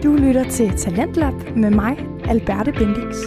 Du lytter til Talentlab med mig, Alberte Bendix.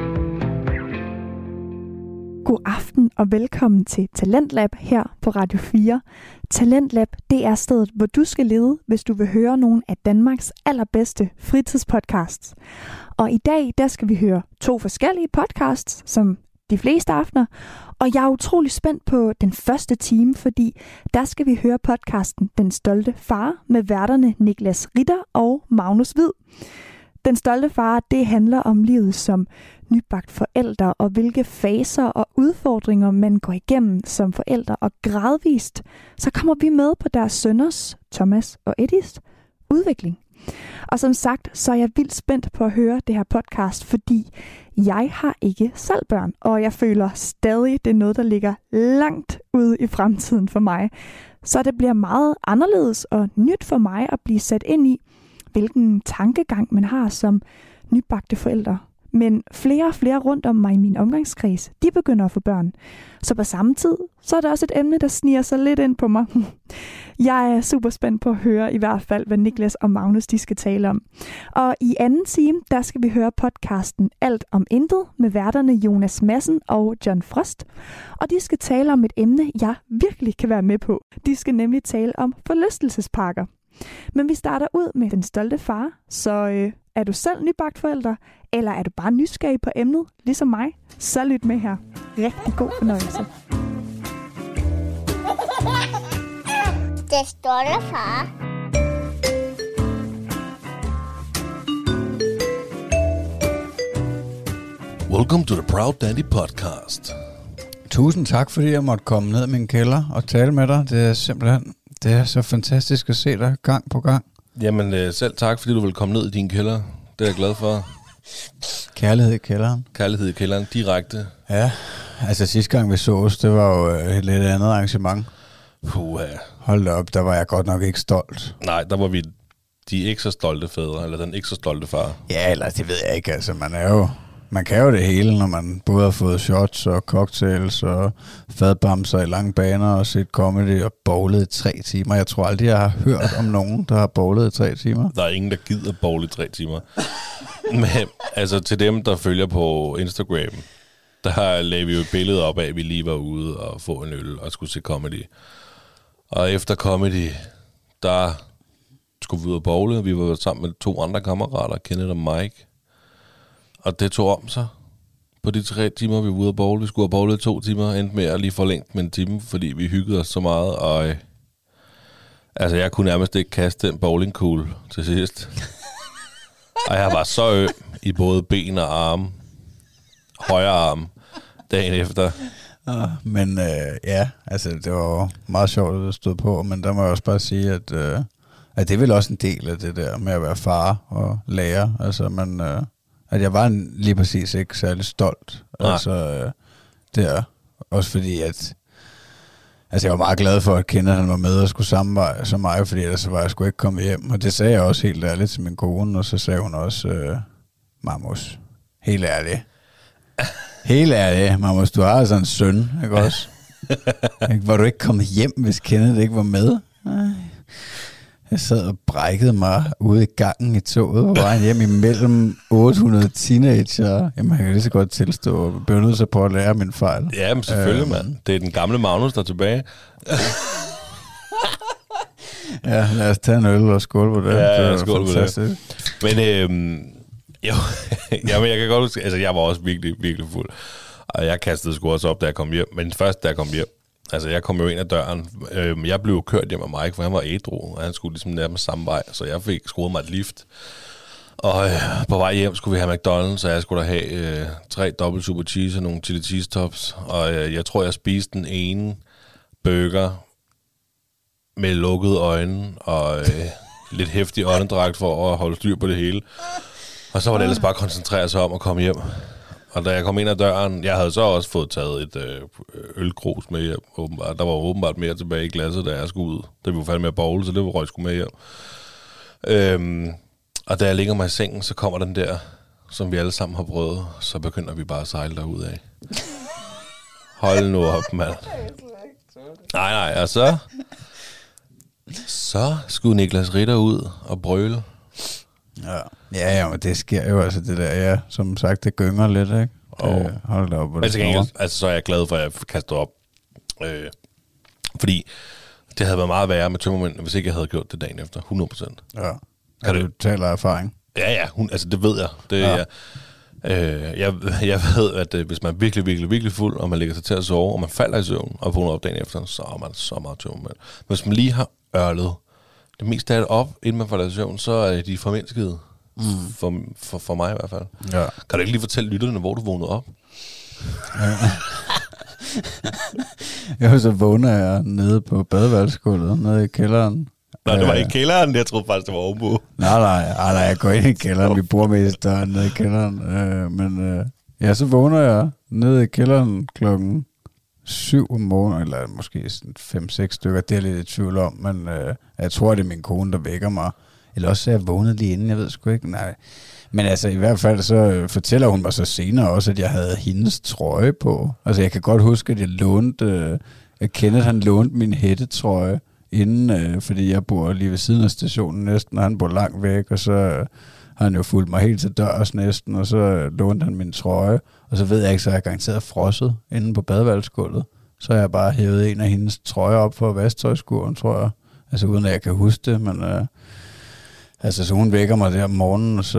God aften og velkommen til Talentlab her på Radio 4. Talentlab, det er stedet, hvor du skal lede, hvis du vil høre nogle af Danmarks allerbedste fritidspodcasts. Og i dag, der skal vi høre 2 forskellige podcasts, som de fleste aftener. Og jeg er utrolig spændt på den første time, fordi der skal vi høre podcasten Den Stolte Far med værterne Niklas Ritter og Magnus Hvid. Den Stolte Far, det handler om livet som nybagt forældre og hvilke faser og udfordringer man går igennem som forældre. Og gradvist, så kommer vi med på deres sønners, Thomas og Eddies, udvikling. Og som sagt, så er jeg vildt spændt på at høre det her podcast, fordi jeg har ikke selv børn, og jeg føler stadig, det er noget, der ligger langt ude i fremtiden for mig. Så det bliver meget anderledes og nyt for mig at blive sat ind i, hvilken tankegang man har som nybagte forældre. Men flere og flere rundt om mig i min omgangskreds, de begynder at få børn. Så på samme tid, så er der også et emne, der sniger sig lidt ind på mig. Jeg er super spændt på at høre i hvert fald, hvad Niklas og Magnus de skal tale om. Og i anden time, der skal vi høre podcasten Alt om Intet med værterne Jonas Madsen og John Frost. Og de skal tale om et emne, jeg virkelig kan være med på. De skal nemlig tale om forlystelsesparker. Men vi starter ud med Den Stolte Far, så er du selv nybagt forælder, eller er du bare nysgerrig på emnet, ligesom mig, så lyt med her. Rigtig god fornøjelse. Den Stolte Far. Welcome to the Proud Daddy Podcast. Tusind tak, fordi jeg måtte komme ned i min kælder og tale med dig. Det er simpelthen så fantastisk at se dig gang på gang. Jamen selv tak, fordi du vil komme ned i din kælder. Det er jeg glad for. Kærlighed i kælderen. Kærlighed i kælderen, direkte. Ja, altså sidste gang vi sås, det var jo et lidt andet arrangement. Puha. Hold da op, der var jeg godt nok ikke stolt. Nej, der var vi de ikke så stolte fædre, eller den ikke så stolte far. Ja, eller det ved jeg ikke, altså man kan jo det hele, når man både har fået shots og cocktails og fadbamser i lange baner og set comedy og bowlet i 3 timer. Jeg tror aldrig, jeg har hørt om nogen, der har bowlet i 3 timer. Der er ingen, der gider bowle i 3 timer. Men altså til dem, der følger på Instagram, der lagde vi jo et billede op af, at vi lige var ude og få en øl og skulle se comedy. Og efter comedy, der skulle vi ud og bowle. Vi var sammen med 2 andre kammerater, Kenneth og Mike. Og det tog om sig. På de 3 timer, vi var ude at bowle. Vi skulle have bowlet 2 timer, endte med at lige forlængt med 1 time, fordi vi hyggede os så meget. Og altså, jeg kunne nærmest ikke kaste den bowlingkugle til sidst. Og jeg var så øm i både ben og arme. Højre arm dagen efter. Men ja, altså det var meget sjovt, at det stod på. Men der må jeg også bare sige, at det er vel også en del af det der med at være far og lærer. Altså at jeg var lige præcis ikke særlig stolt. Nej. Altså, det er også fordi, at altså, jeg var meget glad for, at Kenneth han var med og skulle samme vej som mig, fordi ellers var jeg sgu ikke kommet hjem. Og det sagde jeg også helt ærligt til min kone, og så sagde hun også, Magnus, helt ærligt. Helt ærligt, Magnus, du har altså en søn, ikke også? Var du ikke kommet hjem, hvis Kenneth ikke var med? Nej. Jeg sad og brækkede mig ude i gangen i toget, og var hjem imellem 800 teenager. Jamen, jeg kan lige så godt tilstå, og blev nødt til på at lære min fejl. Ja, men selvfølgelig, mand. Det er den gamle Magnus, der er tilbage. Ja, lad os tage en øl og skål på det. Ja, det skål på det. Men jo, jamen, jeg kan godt huske, altså jeg var også virkelig, virkelig fuld. Og jeg kastede sgu også op, da jeg kom hjem. Men først, da jeg kom hjem, altså, jeg kom jo ind ad døren. Jeg blev kørt hjem af Mike, for han var ædru, og han skulle ligesom nærmest samme vej, så jeg fik skruet mig et lift. Og på vej hjem skulle vi have McDonald's, så jeg skulle da have 3 dobbelt super cheese og nogle chili cheese tops. Og jeg tror, jeg spiste den ene burger med lukkede øjne og lidt hæftig åndedragt for at holde styr på det hele. Og så var det ellers bare at koncentrere sig om at komme hjem. Og da jeg kom ind ad døren, jeg havde så også fået taget et ølgrus med hjem, åbenbart. Der var åbenbart mere tilbage i glasset, da jeg skulle ud. Det var fandme med at bowle, så det var røg sgu med hjem. Og da jeg ligger mig i sengen, så kommer den der, som vi alle sammen har prøvet, så begynder vi bare at sejle derud af. Hold nu op, mand. Nej, og så skulle Niklas Ritter ud og brøle. Ja, men det sker jo altså det der, ja, som sagt, det gynger lidt, ikke? Hold da op. Altså, så er jeg glad for, at jeg kastede op. Fordi det havde været meget værre med tømmermænd, hvis ikke jeg havde gjort det dagen efter. 100%. Ja. Kan du tale af erfaring? Ja, altså det ved jeg. Jeg ved, at hvis man er virkelig, virkelig, virkelig fuld, og man lægger sig til at sove, og man falder i søvn, og vågner op dagen efter, så er man så meget tømmermænd. Hvis man lige har ørlet det meste af det op, inden man falder i søvn, så er de formindskede. For mig i hvert fald. Ja. Kan du ikke lige fortælle lytterne, hvor du vågnede op? Jo, så vågner jeg nede på badeværelsesgulvet, nede i kælderen. Nej, det var i kælderen. Jeg troede faktisk, det var ovenpå. Nej, jeg går ind i kælderen. Vi bor mest der nede i kælderen. Ja, så vågner jeg nede i kælderen 7 om morgenen, eller måske 5-6 stykker. Det er lidt i tvivl om, men jeg tror, det er min kone, der vækker mig. Eller også er jeg vågnet lige inden, jeg ved sgu ikke. Nej. Men altså i hvert fald så fortæller hun mig så senere også, at jeg havde hendes trøje på. Altså jeg kan godt huske, at jeg lånte, Kenneth han lånte min hættetrøje inden, fordi jeg bor lige ved siden af stationen næsten, og han bor langt væk, og så har han jo fulgt mig helt til dørs næsten, og så lånte han min trøje, og så ved jeg ikke, så jeg er garanteret frosset inde på badeværelsesgulvet. Så har jeg bare hævet en af hendes trøjer op for vasketøjskurven, tror jeg. Altså uden at jeg kan huske det, men altså så hun vækker mig der om morgenen, og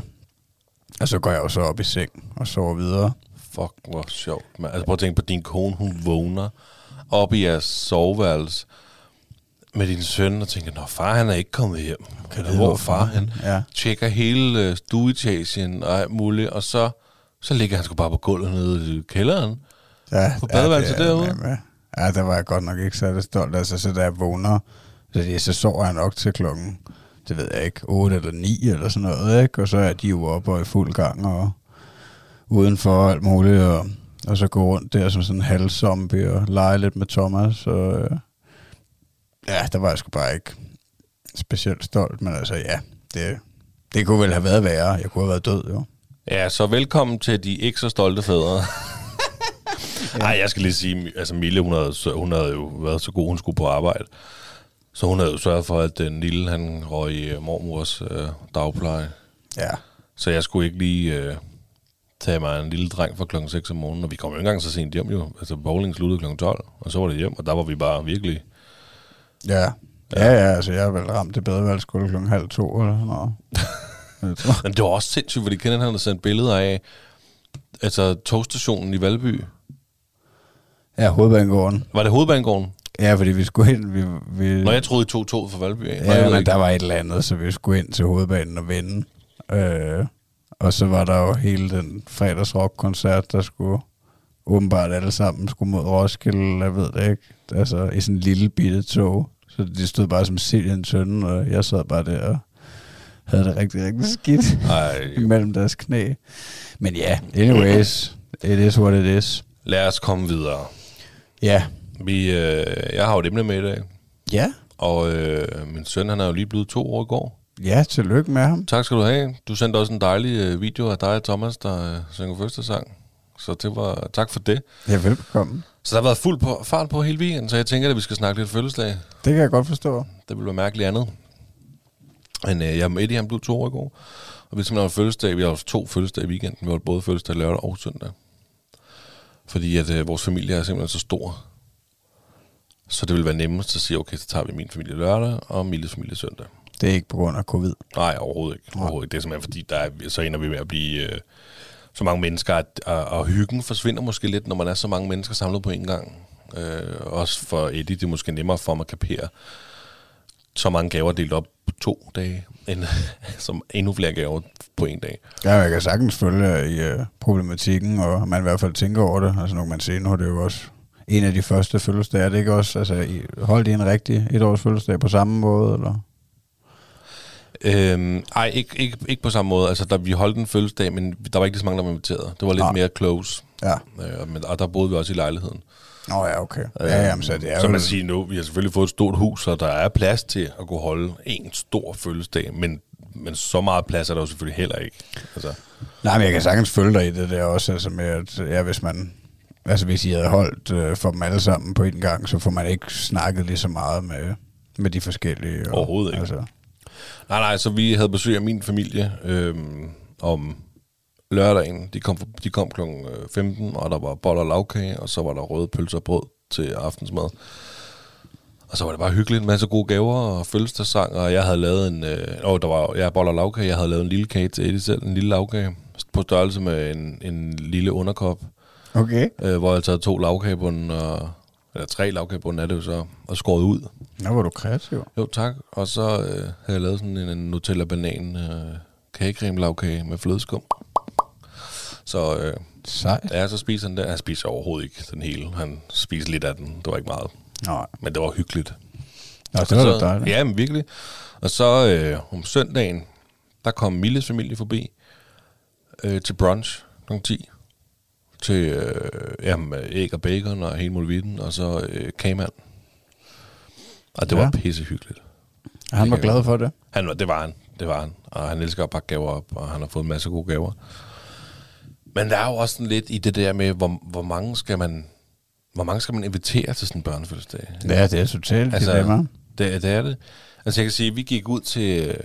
så går jeg jo så op i seng og sover videre. Fuck, hvor sjovt. Altså prøv at tænke på din kone, hun vågner op i jeres soveværelse med din søn og tænker, nå far han er ikke kommet hjem. Okay, hvor far han tjekker hele stueetagen og alt muligt, og så ligger han sgu bare på gulvet nede i kælderen. Ja, på badeværelset derude. Ja, der var jeg godt nok ikke så stolt. Altså så da jeg vågner, så sover jeg nok til klokken, det ved jeg ikke, 8 eller 9 eller sådan noget, ikke? Og så er de jo oppe og i fuld gang og udenfor alt muligt, og så gå rundt der som sådan en halvzombie og lege lidt med Thomas, og ja, der var jeg sgu bare ikke specielt stolt, men altså ja, det kunne vel have været værre. Jeg kunne have været død, jo. Ja, så velkommen til de ikke så stolte fædre. Nej, jeg skal lige sige, altså Mille, hun havde jo været så god, hun skulle på arbejde. Så hun havde jo sørget for, at den lille, han røg i mormors dagpleje. Ja. Så jeg skulle ikke lige tage mig en lille dreng fra klokken 6 om morgenen, og vi kom jo ikke engang så sent hjem jo. Altså bowling sluttede klokken 12, og så var det hjem, og der var vi bare virkelig... Ja, altså jeg har vel ramt det badeværelsesgulv klokken 1:30 eller noget. Men det var også sindssygt, fordi Kenneth havde sendt billeder af altså togstationen i Valby. Ja, Hovedbanegården. Var det Hovedbanegården? Ja, fordi vi skulle ind... Nå, jeg troede, I tog toget fra Valby af. Ja, men der var et eller andet, så vi skulle ind til Hovedbanen og vende. Og så var der jo hele den fredagsrock-koncert, der skulle åbenbart alle sammen skulle mod Roskilde, jeg ved det ikke. Altså i sådan en lille bitte tog. Så de stod bare som sild i en tønde, og jeg sad bare der og havde det rigtig, rigtig skidt mellem deres knæ. Men ja, anyways, it is what it is. Lad os komme videre. Ja. Jeg har jo et emne med i dag. Ja. Og min søn, han er jo lige blevet 2 år i går. Ja, tillykke med ham. Tak skal du have. Du sendte også en dejlig video af dig og Thomas, der synger fødselsdagssang. Så det var tak for det. Ja, velbekomme. Så der har været fuld fart på hele weekenden, så jeg tænker, at vi skal snakke lidt fødselsdag. Det kan jeg godt forstå. Det vil være mærkeligt andet. Men jeg med Eddie, han blev 2 år i går. Og vi simpelthen har fødselsdag. Vi har haft 2 fødselsdage i weekenden. Vi har både fødselsdag lørdag og søndag. Fordi at vores familie er simpelthen så stor. Så det vil være nemmest at sige, okay, så tager vi min familie lørdag og Milles familie søndag. Det er ikke på grund af covid? Nej, overhovedet ikke. Overhovedet ikke. Det er simpelthen fordi, så ender vi med at blive så mange mennesker, og hyggen forsvinder måske lidt, når man er så mange mennesker samlet på en gang. Også for Eddie, det er måske nemmere for mig at kapere så mange gaver delt op på 2 dage, end som endnu flere gaver på 1 dag. Ja, jeg kan sagtens følge i problematikken, og man i hvert fald tænker over det. Altså, når man ser nu, det er jo også en af de første fødselsdage. Er det ikke også, altså, holdt I en rigtig 1-års fødselsdag på samme måde, eller? Ej, ikke på samme måde. Altså, vi holdt en fødselsdag, men der var ikke så mange, der var inviteret. Det var lidt mere close. Ja. Og der boede vi også i lejligheden. Ja, okay. Jamen, så det er så man siger nu, vi har selvfølgelig fået et stort hus, så der er plads til at kunne holde en stor fødselsdag, men så meget plads er der jo selvfølgelig heller ikke. Altså. Nej, men jeg kan sagtens følge dig i det der også, altså med, at hvis I havde holdt for dem alle sammen på en gang, så får man ikke snakket lige så meget med de forskellige. Overhovedet ikke. Altså. Nej, så vi havde besøg af min familie om lørdagen. De kom kl. 15, og der var boller og lagkage, og så var der røde pølser og brød til aftensmad. Og så var det bare hyggeligt, en masse gode gaver og fødselsdagssang, og jeg havde lavet boller og lagkage. Jeg havde lavet en lille kage til Eddie selv, en lille lagkage, på størrelse med en lille underkop. Okay. Hvor jeg taget 2 lagkagebunden, eller 3 lagkagebunden er det jo så, og skåret ud. Nå, var du kreativ. Jo, tak. Og så havde jeg lavet sådan en Nutella-banan kagecreme lagkage med flødeskum. Så sejt. Ja, så spiser han det. Han spiser overhovedet ikke den hele. Han spiser lidt af den. Det var ikke meget. Nej. Men det var hyggeligt. Nå, det var da dejligt. Ja, men virkelig. Og så om søndagen, der kom Milles familie forbi til brunch kl. 10. Til æg og bacon og hele muligheden, og så kagemand. Og det var pissehyggeligt. Og han var glad for det? Det var han. Og han elsker at pakke gaver op, og han har fået en masse gode gaver. Men der er jo også sådan lidt i det der med, hvor mange skal man invitere til sådan en børnefødselsdag? Ja, det er totalt dilemma. Det er det. Altså jeg kan sige, at vi gik ud til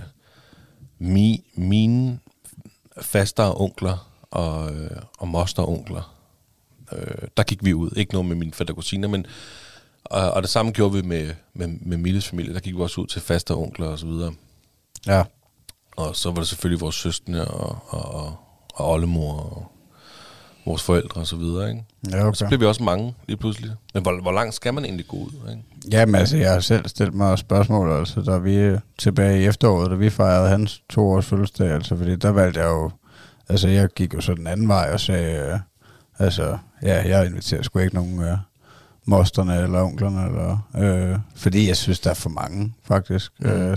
mine faster og onkler og moster og onkler. Der gik vi ud. Ikke noget med mine fætter og kusiner, men og det samme gjorde vi med Milles familie. Der gik vi også ud til faster og onkler og så videre. Ja. Og så var det selvfølgelig vores søskende og oldemor og vores forældre og så videre, ikke? Ja, okay. Og så blev vi også mange lige pludselig. Men hvor langt skal man egentlig gå ud, ikke? Jamen altså, jeg har selv stillet mig spørgsmål, altså, da vi tilbage i efteråret, da vi fejrede hans 2-års fødselsdag, altså, fordi der valgte jeg jo, altså, jeg gik jo så den anden vej og sagde, jeg inviterer sgu ikke nogen mosterne eller onklerne, eller, fordi jeg synes, der er for mange, faktisk.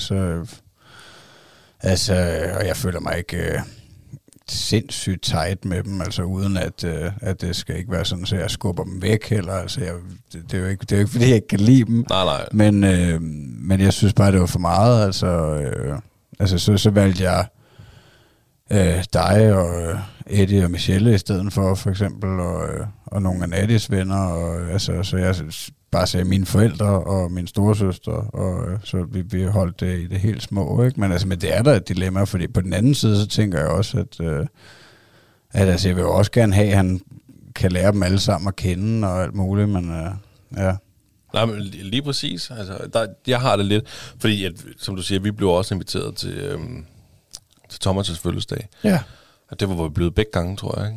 Og jeg føler mig ikke sindssygt tight med dem, altså uden at det skal ikke være sådan, så jeg skubber dem væk heller. Altså, det er jo ikke, fordi jeg ikke kan lide dem. Nej. Men jeg synes bare, det var for meget. Altså så valgte jeg dig og Eddie og Michelle i stedet for eksempel, og nogle af Nadis venner, og altså, så jeg bare sagde mine forældre og min storesøster, og så vi holdt det i det helt små, ikke? Men det er der et dilemma, fordi på den anden side, så tænker jeg også, at altså, jeg vil jo også gerne have, at han kan lære dem alle sammen at kende og alt muligt, men ja. Nej, men lige præcis. Altså, jeg har det lidt, fordi, som du siger, vi blev også inviteret til Thomas' fødselsdag. Ja. Og det var vi blevet begge gange, tror jeg, ikke?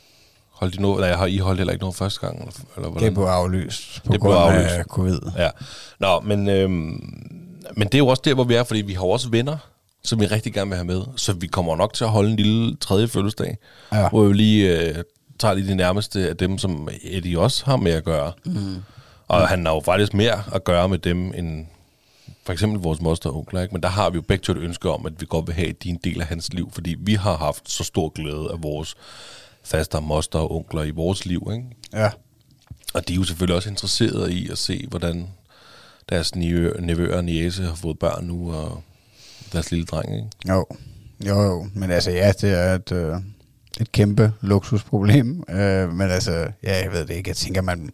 I holdt heller ikke noget første gang? Eller det blev aflyst på grund af covid. Ja. Nå, men det er jo også der, hvor vi er, fordi vi har også venner, som vi rigtig gerne vil have med. Så vi kommer nok til at holde en lille 3. fødselsdag, hvor vi lige tager lige de nærmeste af dem, som Eddie også har med at gøre. Mm. Og han har jo faktisk mere at gøre med dem, end for eksempel vores moster og onkler, ikke? Men der har vi jo begge to et ønske om, at vi godt vil have, at de er en del af hans liv, fordi vi har haft så stor glæde af vores faster, moster og onkler i vores liv, ikke? Ja. Og de er jo selvfølgelig også interesserede i at se, hvordan deres nevøer og niece har fået børn nu, og deres lille dreng, ikke? Jo. Men altså, ja, det er et kæmpe luksusproblem. Men altså, ja, jeg ved det ikke. Jeg tænker,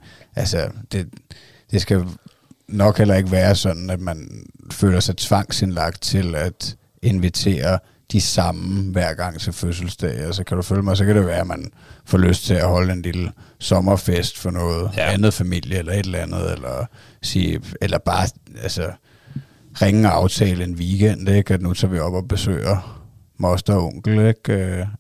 det skal nok heller ikke være sådan, at man føler sig tvangsindlagt til at invitere de samme hver gang til fødselsdag. Altså kan du følge mig, så kan det være, at man får lyst til at holde en lille sommerfest for noget andet familie, eller et eller andet, eller bare ringe og aftale en weekend, ikke? At nu tager vi op og besøger moster og onkel, ikke?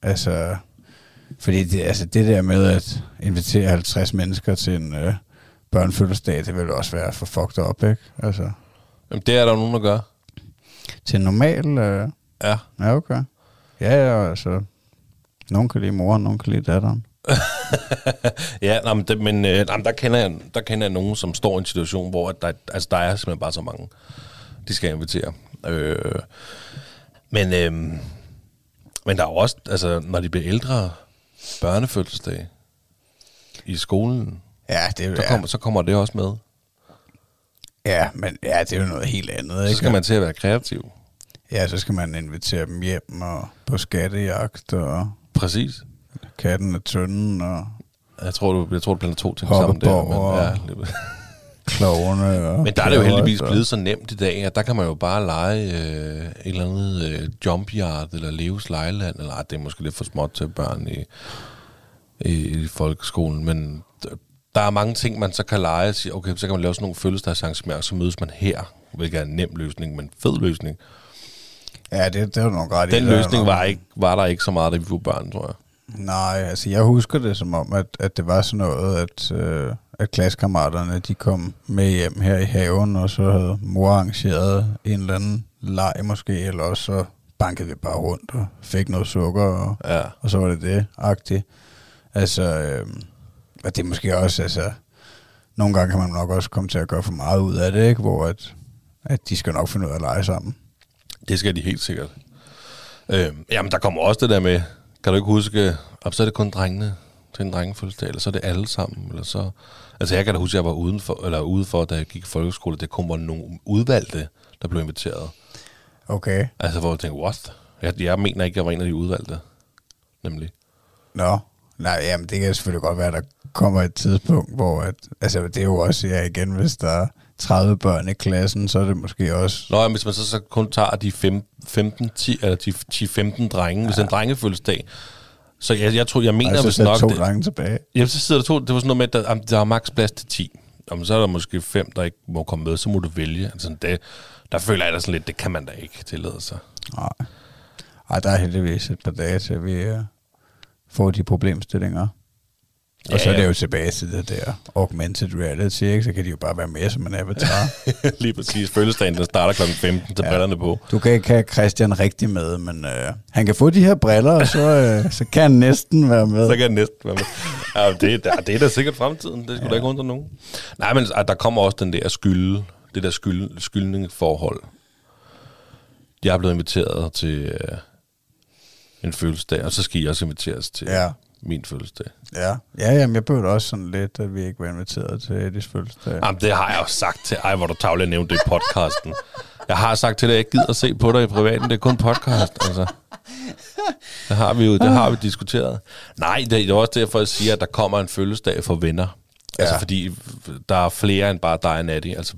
Fordi det der med at invitere 50 mennesker til en børnefødselsdag, det vil også være for fucked up, ikke? Altså. Jamen, det er der nogen, der gør. Til normal. Ja. Ja, okay. Ja, altså. Nogen kan lide moren, nogen kan lide datteren. Ja, men der kender jeg nogen, som står i en situation, hvor der er simpelthen bare så mange, de skal invitere. Men der er også, altså, når de bliver ældre, børnefødselsdag i skolen, så kommer det også med. Ja, men det er jo noget helt andet, ikke? Så skal man til at være kreativ. Ja, så skal man invitere dem hjem og på skattejagt og... Præcis. Katten og tønden og... Jeg tror, du blander 2 ting sammen der. Men, klovne. Og men der er det jo heldigvis blevet så nemt i dag, at der kan man jo bare lege et eller andet jump yard, eller Leos Lejland, eller det er måske lidt for småt til børn i folkeskolen, men der er mange ting, man så kan lege og sige, okay, så kan man lave sådan nogle fødselsdagsarrangementer, så mødes man her, hvilket er en nem løsning, men fed løsning. Ja, det er jo nogle ret. Den løsning var der ikke så meget, da vi var børn, tror jeg. Nej, altså jeg husker det som om, at det var sådan noget, at klassekammeraterne, de kom med hjem her i haven, og så havde mor arrangeret en eller anden leg måske, eller også så bankede vi bare rundt og fik noget sukker, og så var det agtigt. Altså, og det er måske også, altså, nogle gange kan man nok også komme til at gøre for meget ud af det, ikke? Hvor at de skal nok finde ud af at lege sammen. Det skal de helt sikkert. Jamen, der kommer også det der med, kan du ikke huske, om så er det kun drengene til en drengefødselsdag, eller så er det alle sammen, eller så... Altså, jeg kan da huske, at jeg var ude for, da jeg gik i folkeskole, det kom nogle udvalgte, der blev inviteret. Okay. Altså, hvor jeg tænkte, what? Jeg mener ikke, jeg var en af de udvalgte, nemlig. Nå. Nej, jamen det kan selvfølgelig godt være, at der kommer et tidspunkt, hvor altså det er jo også, igen, hvis der er 30 børn i klassen, så er det måske også... Nå, jamen, hvis man så kun tager de 10-15 drenge, hvis det er en drengefødselsdag, så jeg tror, jeg mener... Så er 2 drenge tilbage. Ja, så sidder der 2, det var sådan noget med, at der er maks plads til 10. Jamen, så er der måske 5, der ikke må komme med, så må du vælge. Altså, der føler jeg da sådan lidt, det kan man da ikke tillade sig. Nej, der er heldigvis et par dage til, vi får de problemstillinger. Og så er det jo tilbage til det der augmented reality, ikke? Så kan de jo bare være med som en avatar. Lige præcis. Fødselsdagen, den starter kl. 15, til brillerne på. Du kan ikke have Christian rigtig med, men han kan få de her briller, og så kan han næsten være med. Så kan han næsten være med. Ja, det er da sikkert fremtiden. Det skulle da ikke undre nogen. Nej, men der kommer også den der skyldningsforhold. Jeg er blevet inviteret til en fødselsdag, og så skal I også inviteres til... min fødselsdag. Jamen, jeg bøvede også sådan lidt, at vi ikke var inviteret til Eddies fødselsdag. Jamen, det har jeg også sagt til... Ej, hvor du tavligt nævnt det i podcasten. Jeg har sagt til dig, at jeg ikke gider at se på dig i privaten. Det er kun podcast, altså. Det har vi diskuteret. Nej, det er også derfor, jeg siger, at der kommer en fødselsdag for venner. Altså, fordi der er flere end bare dig og Natty. Altså,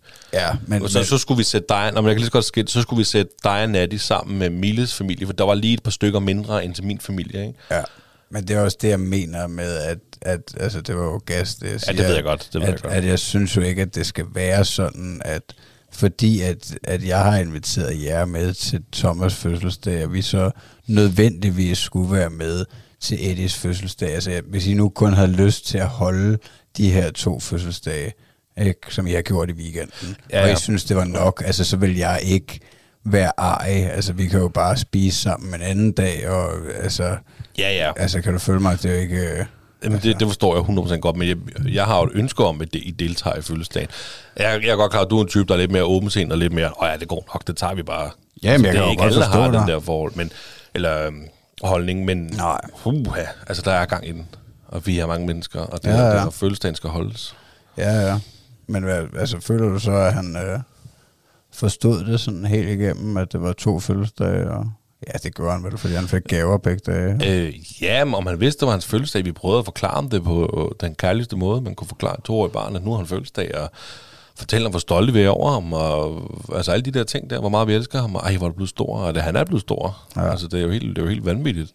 så skulle vi sætte dig... jeg kan lige så godt skille, så skulle vi sætte dig og Natty sammen med Miles familie, for der var lige et par stykker mindre end til min familie, ikke? Ja. Men det er også det, jeg mener med, at altså, det var jo gas, det jeg siger. Ja, det ved jeg godt. At jeg synes jo ikke, at det skal være sådan, at fordi at jeg har inviteret jer med til Thomas' fødselsdag, og vi så nødvendigvis skulle være med til Eddies fødselsdag. Altså, hvis I nu kun havde lyst til at holde de her 2 fødselsdage, ikke, som jeg har gjort i weekenden, og jeg synes, det var nok, altså, så vil jeg ikke være ej. Altså, vi kan jo bare spise sammen en anden dag, og altså... Altså, kan du følge mig, det er jo ikke... Jamen, det forstår jeg 100% godt, men jeg har jo et ønske om, at I deltager i fødselsdagen. Jeg er godt klar, at du er en type, der er lidt mere åbensind og lidt mere, det går nok, det tager vi bare. Jamen, jeg kan jo ikke alle, der har den der forhold, eller holdning, men altså, der er gang i den, og vi er mange mennesker, og det er, fødselsdagen skal holdes. Ja. Men altså, føler du så, at han forstod det sådan helt igennem, at det var 2 fødselsdage, og... Ja, det gjorde han vel, fordi han fik gaver begge dage. Om han vidste, det var hans fødselsdag. Vi prøvede at forklare ham det på den kærligste måde. Man kunne forklare 2-årige barn, at nu har han fødselsdag, og fortælle ham, hvor stolte vi er over ham, og altså alle de der ting der, hvor meget vi elsker ham, og hvor er du blevet stor, og han er blevet stor. Ja. Altså, det er jo helt vanvittigt.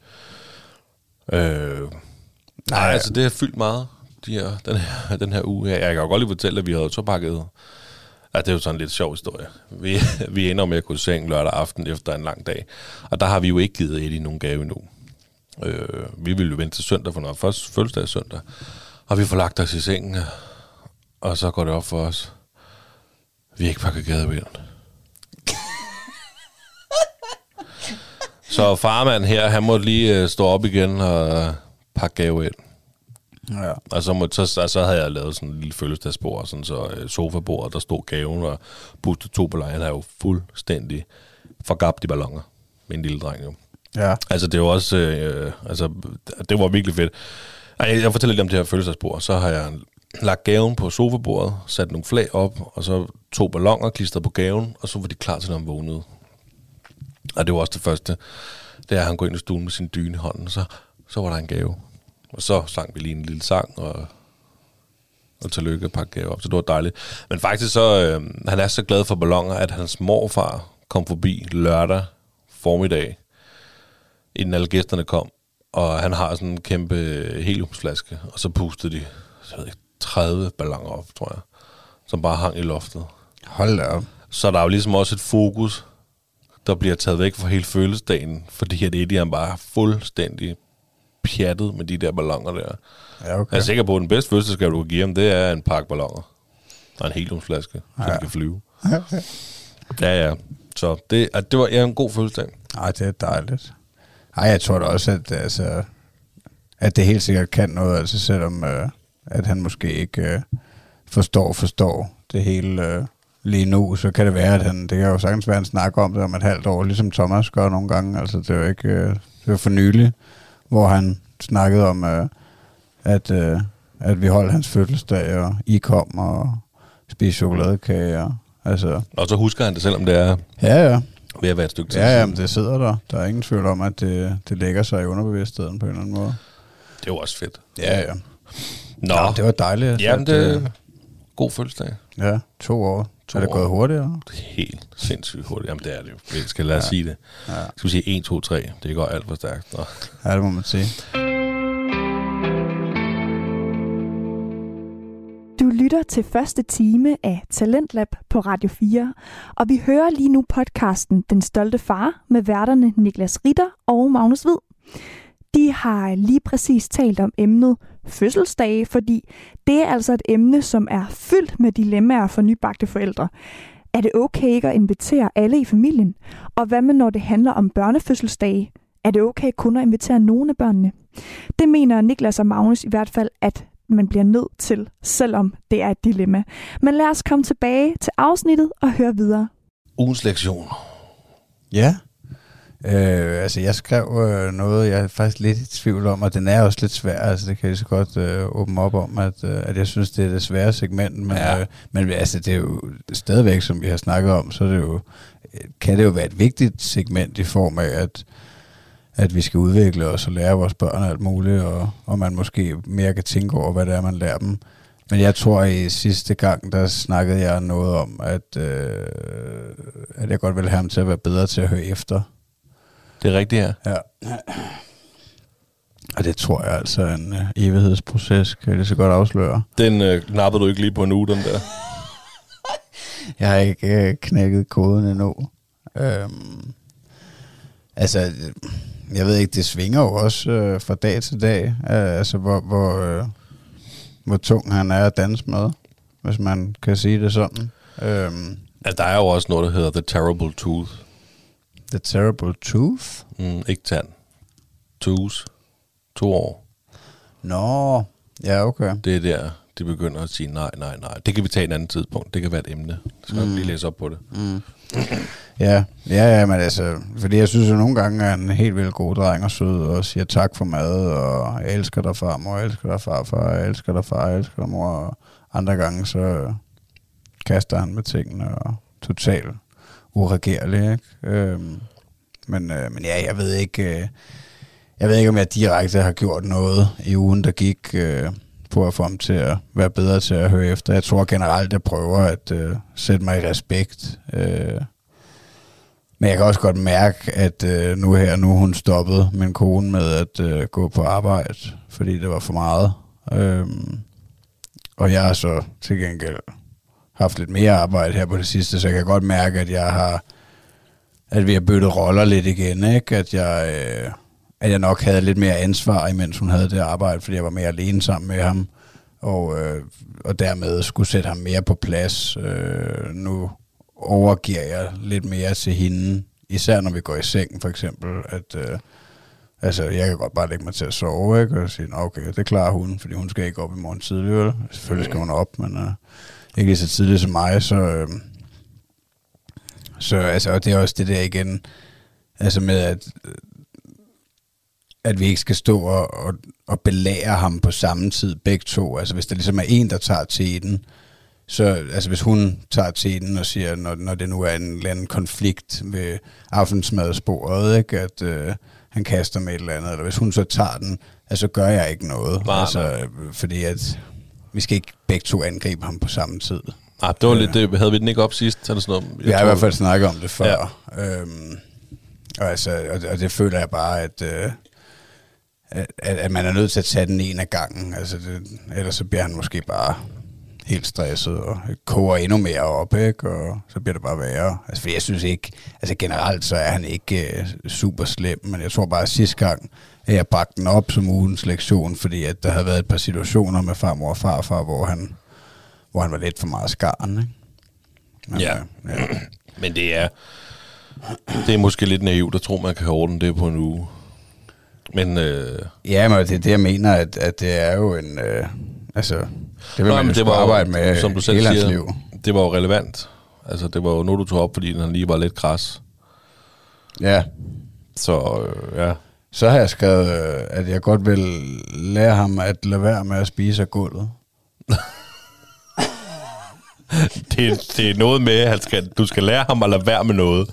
Altså, det har fyldt meget, den her uge her. Jeg kan jo godt lige fortælle, at vi havde så pakket... Ja, det er jo sådan en lidt sjov historie. Vi ender med at gå i seng lørdag aften efter en lang dag. Og der har vi jo ikke givet Eddie nogen gave endnu. Vi ville jo vente til søndag, for når først fødselsdag søndag. Og vi får lagt os i sengen, og så går det op for os. Vi har ikke pakket gave ind. Så farmand her, han måtte lige stå op igen og pakke gave ind. Ja. Og så havde jeg lavet sådan en lille fødselsdagsbord, sådan så sofabord, der stod gaven og pustet 2 balloner. Han er jo fuldstændig forgabt i balloner med en lille dreng jo. Ja. Altså det var også, det var virkelig fedt. Jeg fortæller lidt om det her fødselsdagsbord. Så har jeg lagt gaven på sofabordet, sat nogle flag op, og så 2 balloner klistret på gaven, og så var de klar til, når han vågnede. Og det var også det første, det er, han går ind i stuen med sin dyne i hånden, så var der en gave. Og så sang vi lige en lille sang, og og tillykke og pakke gaver op, så det var dejligt. Men faktisk så, han er så glad for balloner, at hans morfar kom forbi lørdag formiddag, inden alle gæsterne kom, og han har sådan en kæmpe heliumsflaske, og så pustede de 30 balloner op, tror jeg, som bare hang i loftet. Hold da op. Så der er jo ligesom også et fokus, der bliver taget væk fra hele følelsesdagen, fordi at Eddie er bare fuldstændig pjattet med de der balloner der. Ja, okay. Jeg er sikker på, at den bedste fødselsdagsgave, du kan give ham, det er en pakke balloner. Og en heliumsflaske, så de kan flyve. Ja. Så det var en god fødselsdag. Ej, det er dejligt. Ej, jeg tror da også, at det helt sikkert kan noget, altså selvom at han måske ikke forstår det hele lige nu, så kan det være, at det kan jo sagtens være, at han snakker om det om et halvt år, ligesom Thomas gør nogle gange. Altså, det er jo ikke, det var for nylig, hvor han snakkede om, at vi holdt hans fødselsdag, og I kom og spiste chokoladekage. Og så husker han det, selvom det er ved at være et stykke tid. Ja, men det sidder der. Der er ingen tvivl om, at det lægger sig i underbevidstheden på en eller anden måde. Det er jo også fedt. Ja. Nå. Ja, det var dejligt. Jamen, det er god fødselsdag. Ja, 2 år. Er det gået hurtigere? Helt sindssygt hurtigt. Jamen, det er det jo. Vi skal lade os sige det. Ja. Skal vi sige 1, 2, 3. Det går alt for stærkt. Nå. Ja, det må man sige. Du lytter til første time af Talentlab på Radio 4, og vi hører lige nu podcasten Den Stolte Far med værterne Niklas Ritter og Magnus Hvid. De har lige præcis talt om emnet fødselsdage, fordi det er altså et emne, som er fyldt med dilemmaer for nybagte forældre. Er det okay ikke at invitere alle i familien? Og hvad med, når det handler om børnefødselsdage? Er det okay kun at invitere nogle af børnene? Det mener Niklas og Magnus i hvert fald, at man bliver nødt til, selvom det er et dilemma. Men lad os komme tilbage til afsnittet og høre videre. Ugens lektion. Ja. Jeg skrev noget, jeg er faktisk lidt i tvivl om, og den er også lidt svær, altså det kan jeg så godt åbne op om, at jeg synes, det er det svære segment, men altså, det er jo stadigvæk, som vi har snakket om, så er det jo, kan det jo være et vigtigt segment i form af, at vi skal udvikle os og lære vores børn alt muligt, og man måske mere kan tænke over, hvad det er, man lærer dem. Men jeg tror, i sidste gang, der snakkede jeg noget om, at jeg godt vil have ham til at være bedre til at høre efter. Det er rigtigt, ja. Og det tror jeg altså er en evighedsproces, kan jeg lige så godt afsløre. Den knappede du ikke lige på en uge, den der? Jeg har ikke knækket koden endnu. Jeg ved ikke, det svinger jo også fra dag til dag, hvor tung han er at danse med, hvis man kan sige det sådan. Der er jo også noget, der hedder The Terrible Tooth. The Terrible Tooth? Ikke tand. Tooth. 2 år. Nå, ja, okay. Det er der, de begynder at sige nej. Det kan vi tage et andet tidspunkt. Det kan være et emne. Så skal jeg lige læse op på det. Ja, men altså, fordi jeg synes jo nogle gange, er en helt vildt god dreng og sød, og siger tak for mad, og jeg elsker dig farmor, jeg elsker dig farfar, jeg elsker dig far, jeg elsker dig mor, og andre gange så kaster han med tingene, og totalt uregerlig, ikke? Men ja, jeg ved ikke, om jeg direkte har gjort noget i ugen, der gik på at få ham til at være bedre til at høre efter. Jeg tror generelt, jeg prøver at sætte mig i respekt. Men jeg kan også godt mærke, at nu er hun stoppet min kone med at gå på arbejde, fordi det var for meget. Og jeg har så til gengæld haft lidt mere arbejde her på det sidste, så jeg kan godt mærke, at vi har byttet roller lidt igen, ikke? At jeg nok havde lidt mere ansvar, imens hun havde det arbejde, fordi jeg var mere alene sammen med ham, og dermed skulle sætte ham mere på plads. Nu overgiver jeg lidt mere til hende, især når vi går i sengen for eksempel, at jeg kan godt bare lægge mig til at sove, ikke? Og sige, okay, det klarer hun, fordi hun skal ikke op i morgen tidligt. Selvfølgelig skal hun op, men ikke lige så tidligt som mig, så og det er også det der igen, altså med at vi ikke skal stå og belære ham på samme tid, begge to. Altså hvis der ligesom er en, der tager teten, så altså hvis hun tager teten og siger, når det nu er en eller anden konflikt ved aftensmadsbordet, ikke, at han kaster med et eller andet, eller hvis hun så tager den, altså gør jeg ikke noget. Altså, fordi at vi skal ikke begge to angribe ham på samme tid. Det var lidt, det havde vi den ikke op sidst, eller sådan noget. Vi har i hvert fald snakket om det før. Ja. Og det føler jeg bare, at man er nødt til at tage den en af gangen. Altså ellers så bliver han måske bare helt stresset og koger endnu mere op, ikke? Og så bliver det bare værre. Altså, for jeg synes ikke, altså generelt så er han ikke super slem, men jeg tror bare at sidste gang, at jeg bragte den op som ugens lektion, fordi at der havde været et par situationer med farmor og farfar, hvor han var lidt for meget skarn, ikke? Men, ja. Men det er måske lidt naivt at tro, man kan ordne det på en uge. Men ja, men det er det, jeg mener, at det er jo en... det vil man jo arbejde med, som du selv hele hans liv. Det var jo relevant. Altså, det var jo noget, du tog op, fordi han lige var lidt græs. Ja. Så, ja. Så har jeg skrevet, at jeg godt vil lære ham at lade være med at spise af gulvet. det er noget med, at du skal lære ham at lade være med noget.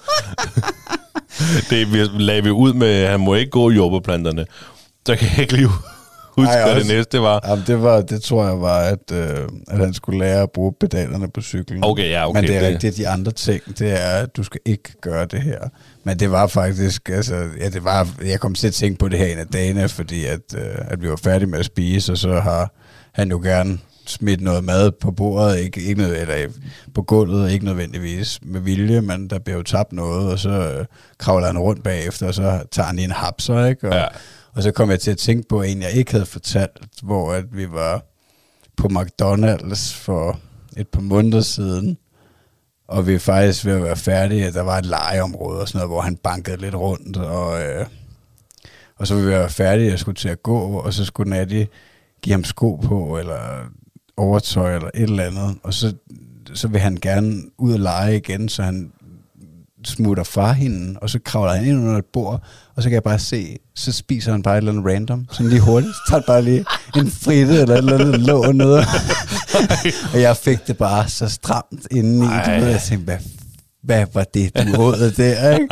Det lagde vi ud med, at han må ikke gå i jordbærplanterne. Så kan jeg ikke lige huske, hvad det næste var. Jamen, det tror jeg var, at han skulle lære at bruge pedalerne på cyklen. Okay. Men det er rigtigt, de andre ting, det er, at du skal ikke gøre det her. Men det var faktisk, jeg kom til at tænke på det her en af dagene, fordi at vi var færdige med at spise, og så har han jo gerne smidt noget mad på bordet, ikke noget, eller på gulvet, ikke nødvendigvis med vilje, men der bliver jo tabt noget, og så kravler han rundt bagefter, og så tager han lige en hapser, ikke? Og så kom jeg til at tænke på en, jeg ikke havde fortalt, hvor at vi var på McDonald's for et par måneder siden, og vi er faktisk ved at være færdige, der var et legeområde og sådan noget, hvor han bankede lidt rundt, og så var vi ved at være færdige, jeg skulle til at gå, og så skulle Natty give ham sko på, eller overtøj, eller et eller andet, og så vil han gerne ud og lege igen, så han smutter fra hende, og så kravler han ind under et bord, og så kan jeg bare se, så spiser han bare et eller andet random, sådan lige hurtigt, så tager han bare lige en fritte eller et eller andet låg ned. Og jeg fik det bare så stramt indeni, og jeg tænkte, hvad var det, du åd der, ikke?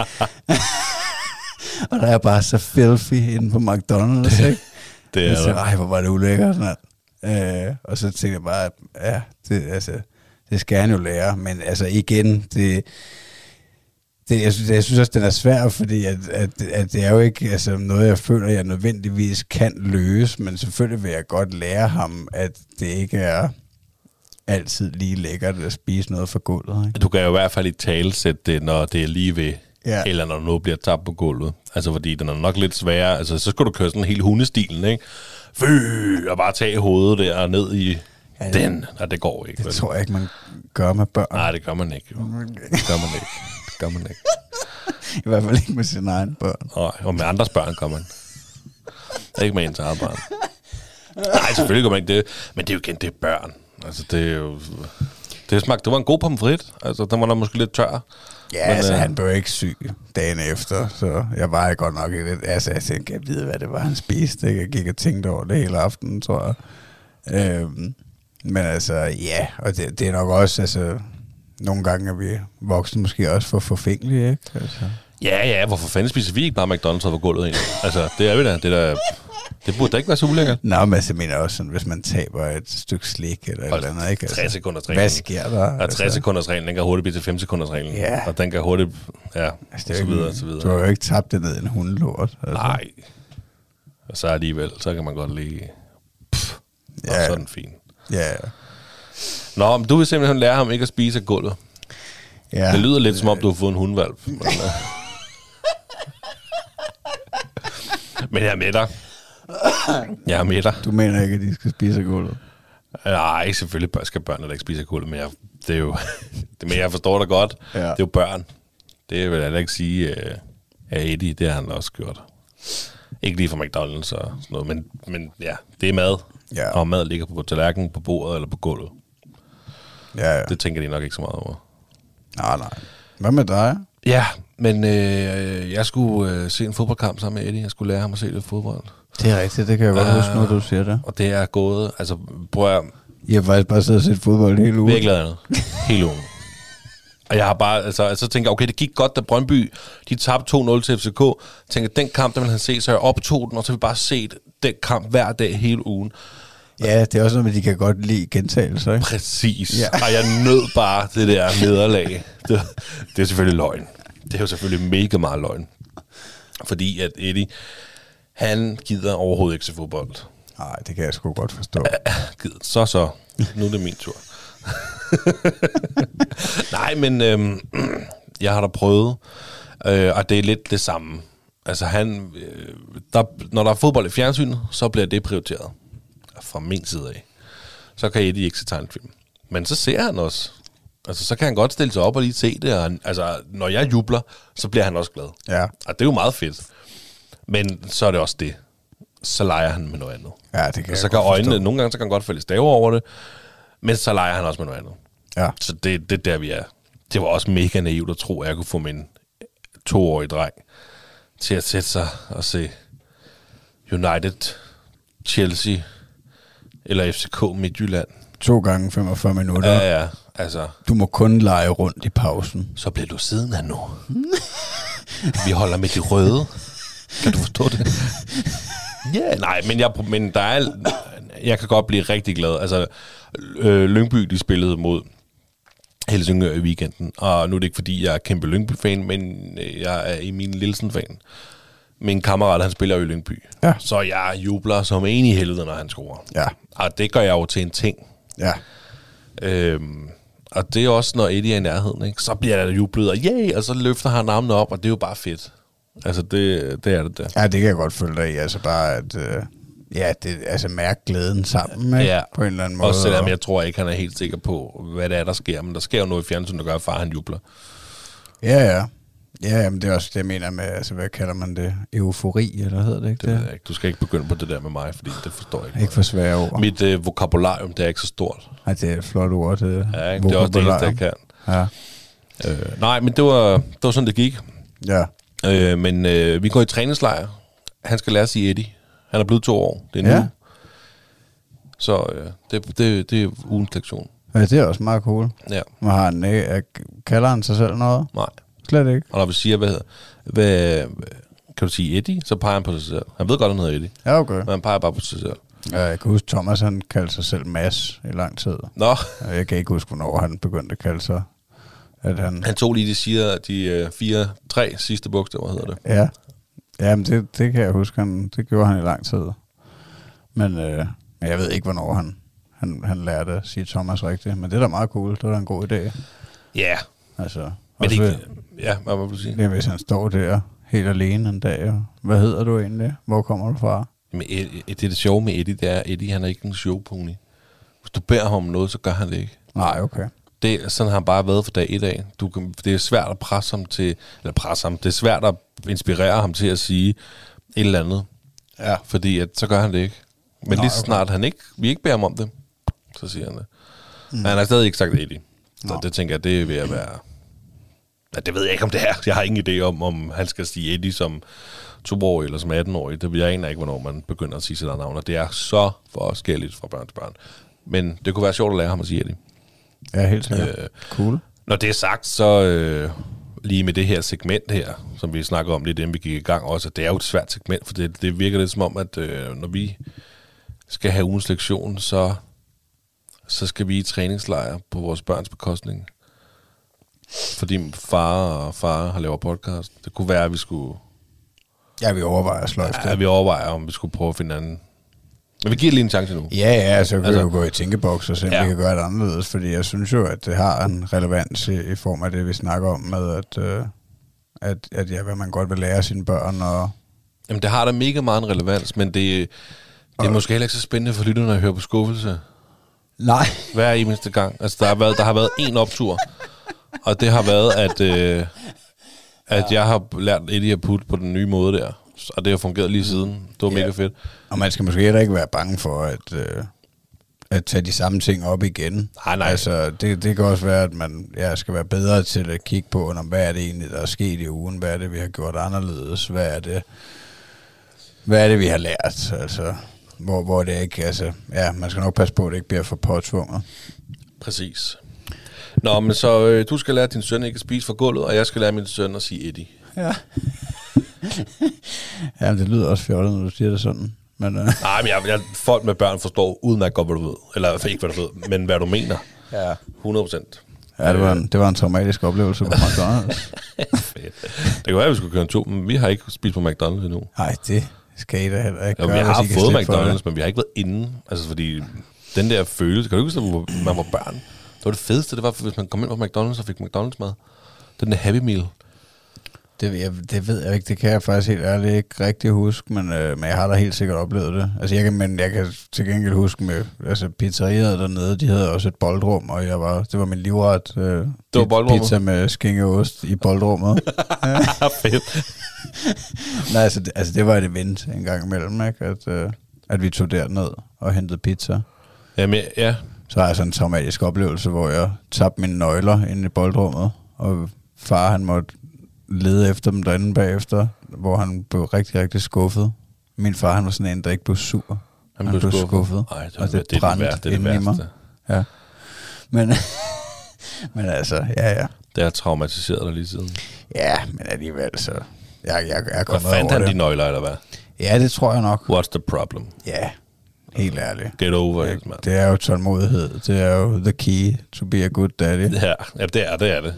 Og der er bare så filthy inde på McDonald's, ikke? Det er så, hvor var det ulækkert, mand. Og så tænkte jeg bare, ja, det skal han jo lære, men altså igen, jeg synes også, den er svær, fordi at det er jo ikke noget, jeg føler, jeg nødvendigvis kan løse, men selvfølgelig vil jeg godt lære ham, at det ikke er altid lige lækkert at spise noget fra gulvet. Ikke? Du kan jo i hvert fald ikke talesætte det, når det er lige ved, eller når noget bliver tabt på gulvet. Altså, fordi den er nok lidt sværere. Altså, så skal du køre sådan helt hundestilen, ikke? Og bare tage hovedet der og ned i den. Og det går ikke. Det tror jeg ikke, man gør med børn. Nej, det gør man ikke. Det gør man ikke. I hvert fald ikke med sine egne børn. Nej, og med andres børn gør man. Ikke med ens eget barn. Nej, selvfølgelig gør man ikke det. Men det er jo igen, det er børn. Altså, det er jo... Det var en god pomfrit. Altså, den var da måske lidt tør. Ja, men, han blev ikke syg dagen efter, så jeg var godt nok lidt... Altså, jeg tænkte, jeg ved, hvad det var, han spiste. Jeg gik og tænkte over det hele aftenen, tror jeg. Men altså, ja, og det er nok også... Nogle gange er vi voksne måske også for forfængelige, ikke? Altså. Ja, hvorfor fanden spiser vi ikke bare McDonald's på gulvet egentlig? Altså, det er vi da. Det burde da ikke være så ulækkert. Nå, men jeg mener også sådan, hvis man taber et stykke slik eller et eller andet, ikke? 60 sekunders reglen. Hvad sker der? Ja, 60 sekunders reglen, den kan hurtigt blive til 5 sekunders reglen. Ja. Og den kan hurtigt, og så videre. Du har jo ikke tabt det ned i en hundelort. Altså. Nej. Og så alligevel, så kan man godt lige... og så er den fin. Ja. Nå, men du vil simpelthen lære ham ikke at spise af gulvet. Ja. Det lyder lidt som om, du har fået en hundvalp. Men jeg er med dig. Du mener ikke, at de skal spise af gulvet? Nej, selvfølgelig skal børn ikke spise af gulvet, men det er jo... men jeg forstår det godt. Ja. Det er jo børn. Det vil jeg ikke sige, at Eddie, det har han også gjort. Ikke lige fra McDonald's og sådan noget, men ja, det er mad. Ja. Og mad ligger på tallerkenen, på bordet eller på gulvet. Ja. Det tænker de nok ikke så meget over. Nej. Hvad med dig? Ja, men jeg skulle se en fodboldkamp sammen med Eddie. Jeg skulle lære ham at se lidt fodbold. Det er rigtigt, det kan jeg godt huske, når du siger det. Og det er gået, altså prøv at... Jeg har faktisk bare siddet og set fodbold hele ugen. Virkelig andet. Hele ugen. Og jeg har bare, så tænker jeg, okay, det gik godt, da Brøndby, de tabte 2-0 til FCK. Tænker, den kamp, der vil han se, så jeg optog den, og så har vi bare set den kamp hver dag hele ugen. Ja, det er også noget med, de kan godt lide gentagelser, ikke? Præcis. Ja. Og jeg nød bare det der nederlag. Det er selvfølgelig løgn. Det er jo selvfølgelig mega meget løgn. Fordi at Eddie, han gider overhovedet ikke til fodbold. Nej, det kan jeg sgu godt forstå. Så. Nu er det min tur. Nej, men jeg har da prøvet, og det er lidt det samme. Altså når der er fodbold i fjernsynet, så bliver det prioriteret. Fra min side af. Så kan Eddie ikke se tegnefilm. Men så ser han også. Altså, så kan han godt stille sig op og lige se det. Og altså, når jeg jubler, så bliver han også glad. Ja. Og det er jo meget fedt. Men så er det også det. Så leger han med noget andet. Ja, det kan så kan øjnene, nogle gange så kan han godt falde staver over det. Men så leger han også med noget andet. Ja. Så det er der, vi er. Det var også mega naivt at tro, at jeg kunne få min 2-årige dreng til at sætte sig og se United, Chelsea eller FCK Midtjylland. 2 gange 45 minutter. Ja, altså. Du må kun lege rundt i pausen. Så bliver du siden af nu. Vi holder med de røde. Kan du forstå det? Ja, nej, men der er... Jeg kan godt blive rigtig glad. Altså, Lyngby, de spillede mod Helsingør i weekenden. Og nu er det ikke, fordi jeg er kæmpe Lyngby-fan, men jeg er Emil Nielsen-fan. Min kammerat, han spiller jo i Lyngby. Ja. Så jeg jubler som en i helvede, når han scorer. Ja. Og det gør jeg jo til en ting. Ja. Og det er også, når Eddie er i nærheden, ikke? Så bliver der jublet, og og så løfter han armene op, og det er jo bare fedt. Altså, det er det der. Ja, det kan jeg godt følge dig i. Altså bare, at mærke glæden sammen, ikke? Ja. På en eller anden måde. Også selvom jeg tror ikke, han er helt sikker på, hvad det er, der sker. Men der sker jo noget i fjernsynet, der gør, at far han jubler. Ja. Ja, men det er også det, jeg mener med, altså, hvad kalder man det? Eufori, eller hedder det ikke det? Det ved jeg ikke. Du skal ikke begynde på det der med mig, fordi det forstår jeg ikke. Ikke for svære ord. Mit vokabularium, det er ikke så stort. Nej, det er et flot ord, det ja, ikke? Det er også det eneste, jeg kan. Ja. Nej, men det var sådan, det gik. Ja. Men vi går i træningslejr. Han skal lære at sige Eddie. Han er blevet 2 år. Det er nu. Så det er ugens lektion. Ja, det er også meget cool. Ja. Men har han, kalder han sig selv noget? Nej. Slet ikke. Og når vi siger, hvad kan du sige Eddie, så peger han på sig selv. Han ved godt, han hedder Eddie. Ja, okay. Men han peger bare på sig selv. Ja, jeg kan huske, Thomas han kaldte sig selv Mads i lang tid. Nå. Jeg kan ikke huske, hvornår han begyndte at kalde sig. At han tog lige de 3 sidste bogstaver, hedder det. Ja. Ja, men det kan jeg huske. Det gjorde han i lang tid. Men jeg ved ikke, hvornår han lærte at sige Thomas rigtigt. Men det er da meget cool. Det er da en god idé. Ja. Yeah. Altså, men det hvad vil du sige? Ja, hvis han står der helt alene en dag. Hvad hedder du egentlig? Hvor kommer du fra? Men det sjove med Eddie, det er, at Eddie han er ikke en showpony. Hvis du beder ham om noget, så gør han det ikke. Nej, okay. Sådan har han bare været fra dag 1 af. Det er svært at presse ham til, det er svært at inspirere ham til at sige et eller andet. Ja. Fordi så gør han det ikke. Men lige så snart vi ikke beder ham om det, så siger han det. Men han har stadig ikke sagt Eddie. Så det tænker jeg, det er ved at være... Ja, det ved jeg ikke, om det er. Jeg har ingen idé om han skal sige Eddie som 2-årig eller som 18-årig. Det vil jeg ikke, hvornår man begynder at sige sit navn. Og det er så forskelligt fra børn til børn. Men det kunne være sjovt at lære ham at sige Eddie. Ja, helt sikkert. Cool. Når det er sagt, så lige med det her segment her, som vi snakker om lidt, inden vi gik i gang også, det er jo et svært segment, for det virker lidt som om, at når vi skal have ugens lektion, så skal vi i træningslejr på vores børns bekostning. Fordi far har lavet podcast. Det kunne være, at vi skulle... Ja, vi overvejer at sløjfe det. Ja, vi overvejer, om vi skulle prøve at finde anden... Men vi giver lige en chance nu. Ja, så kan vi jo gå i tænkeboks og se, om vi kan gøre det anderledes, fordi jeg synes jo, at det har en relevans i form af det, vi snakker om med, at hvad man godt vil lære sine børn. Og jamen, det har da mega meget en relevans, men det er måske heller ikke så spændende for lytterne at høre på skuffelse. Nej. Hver eneste gang. Altså, der har været en optur, og det har været, at jeg har lært Eddie at putte på den nye måde der. Og det har fungeret lige siden. Det var mega fedt. Og man skal måske heller ikke være bange for at tage de samme ting op igen. Nej. Altså, det kan også være, at man skal være bedre til at kigge på, hvad er det egentlig, der er sket i ugen? Hvad er det, vi har gjort anderledes? Hvad er det, vi har lært? Altså, hvor det ikke... Altså, man skal nok passe på, at det ikke bliver for påtvunget. Præcis. Nå, men så du skal lære din søn ikke at spise fra gulvet, og jeg skal lære min søn at sige Eddie. Ja. Ja, det lyder også fjollet, når du siger det sådan. Men, Nej, men folk med børn forstår udmærket godt, hvad du ved. Eller ikke, hvad du ved, men hvad du mener. ja. 100%. Ja, det var en traumatisk oplevelse på McDonald's. Fedt. Det kunne være, at vi skulle køre en tur, men vi har ikke spist på McDonald's endnu. Nej, det skal I da heller ikke Jo, gøre. vi har hvis I kan fået slippe for McDonald's, det. men vi har ikke været inde. Altså, fordi den der følelse, kan du ikke huske, hvor man var børn? Det var det fedeste, det var, hvis man kom ind på McDonald's og fik McDonald's-mad. Den der Happy Meal. Det ved jeg ikke, det kan jeg faktisk helt ærligt ikke rigtig huske, men jeg har da helt sikkert oplevet det. Altså jeg kan til gengæld huske med, altså pizzeriet dernede, de havde også et boldrum, og det var min livret. Det var boldrummet? Pizza med skinkeost i boldrummet. Fedt. Nej, altså det var et event en gang imellem, ikke? At vi tog derned og hentede pizza. Jamen, ja. Så har jeg sådan en traumatisk oplevelse, hvor jeg tabte mine nøgler inde i boldrummet, og far han måtte lede efter dem derinde bagefter, hvor han blev rigtig, rigtig skuffet. Min far, han var sådan en, der ikke blev sur. Han blev skuffet. Ej, og det brændte inde i mig. Ja. Men altså, ja. Det har traumatiseret dig lige siden. Ja, men alligevel så... Jeg er kommet over det. Fandt han de nøgler, eller hvad? Ja, det tror jeg nok. What's the problem? Ja, helt ærligt. Get over it, man. Det er jo tålmodighed. Det er jo the key to be a good daddy. Ja, det er det.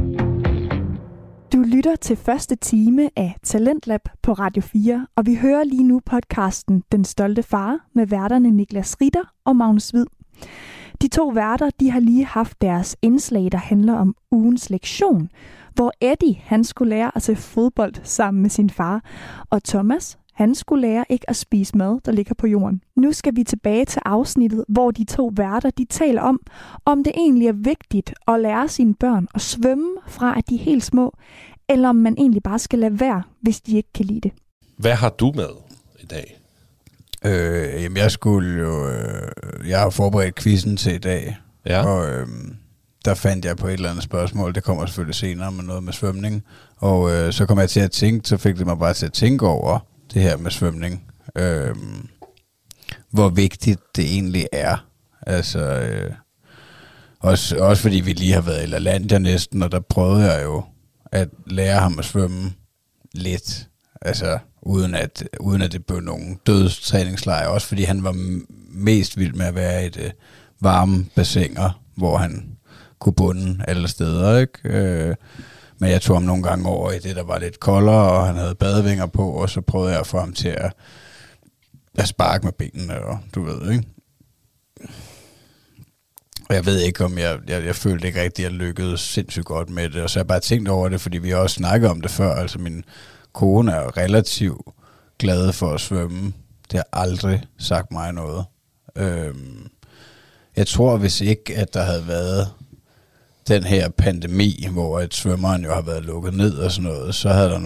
Du lytter til første time af Talentlab på Radio 4, og vi hører lige nu podcasten Den Stolte Far med værterne Niklas Ritter og Magnus Hvid. De to værter, de har lige haft deres indslag, der handler om ugens lektion, hvor Eddie, han skulle lære at se fodbold sammen med sin far, og Thomas, han skulle lære ikke at spise mad, der ligger på jorden. Nu skal vi tilbage til afsnittet, hvor de to værter, de taler om det egentlig er vigtigt at lære sine børn at svømme fra, at de er helt små, eller om man egentlig bare skal lade være, hvis de ikke kan lide det. Hvad har du med i dag? Jamen jeg skulle jo... jeg har forberedt quizzen til i dag, Ja. og der fandt jeg på et eller andet spørgsmål. Det kommer selvfølgelig senere med noget med svømning. Og så kom jeg til at tænke, så fik det mig bare til at tænke over det her med svømning. Hvor vigtigt det egentlig er. Altså, også fordi vi lige har været i LaLandia næsten, og der prøvede jeg jo at lære ham at svømme lidt. Altså, uden at det blev nogen dødstræningslejr. Også fordi han var mest vild med at være i et varme bassiner, hvor han kunne bunde alle steder, ikke? Men jeg tog ham nogle gange over i det, der var lidt koldere, og han havde badevinger på, og så prøvede jeg at få ham til at sparke med benene, og du ved, ikke? Og jeg ved ikke, om jeg følte ikke rigtig, at jeg lykkedes sindssygt godt med det, og så har jeg bare tænkt over det, fordi vi har også snakket om det før. Altså min kone er jo relativt glad for at svømme. Det har aldrig sagt mig noget. Jeg tror, hvis ikke, at der havde været den her pandemi, hvor et svømmeren jo har været lukket ned og sådan noget, så havde der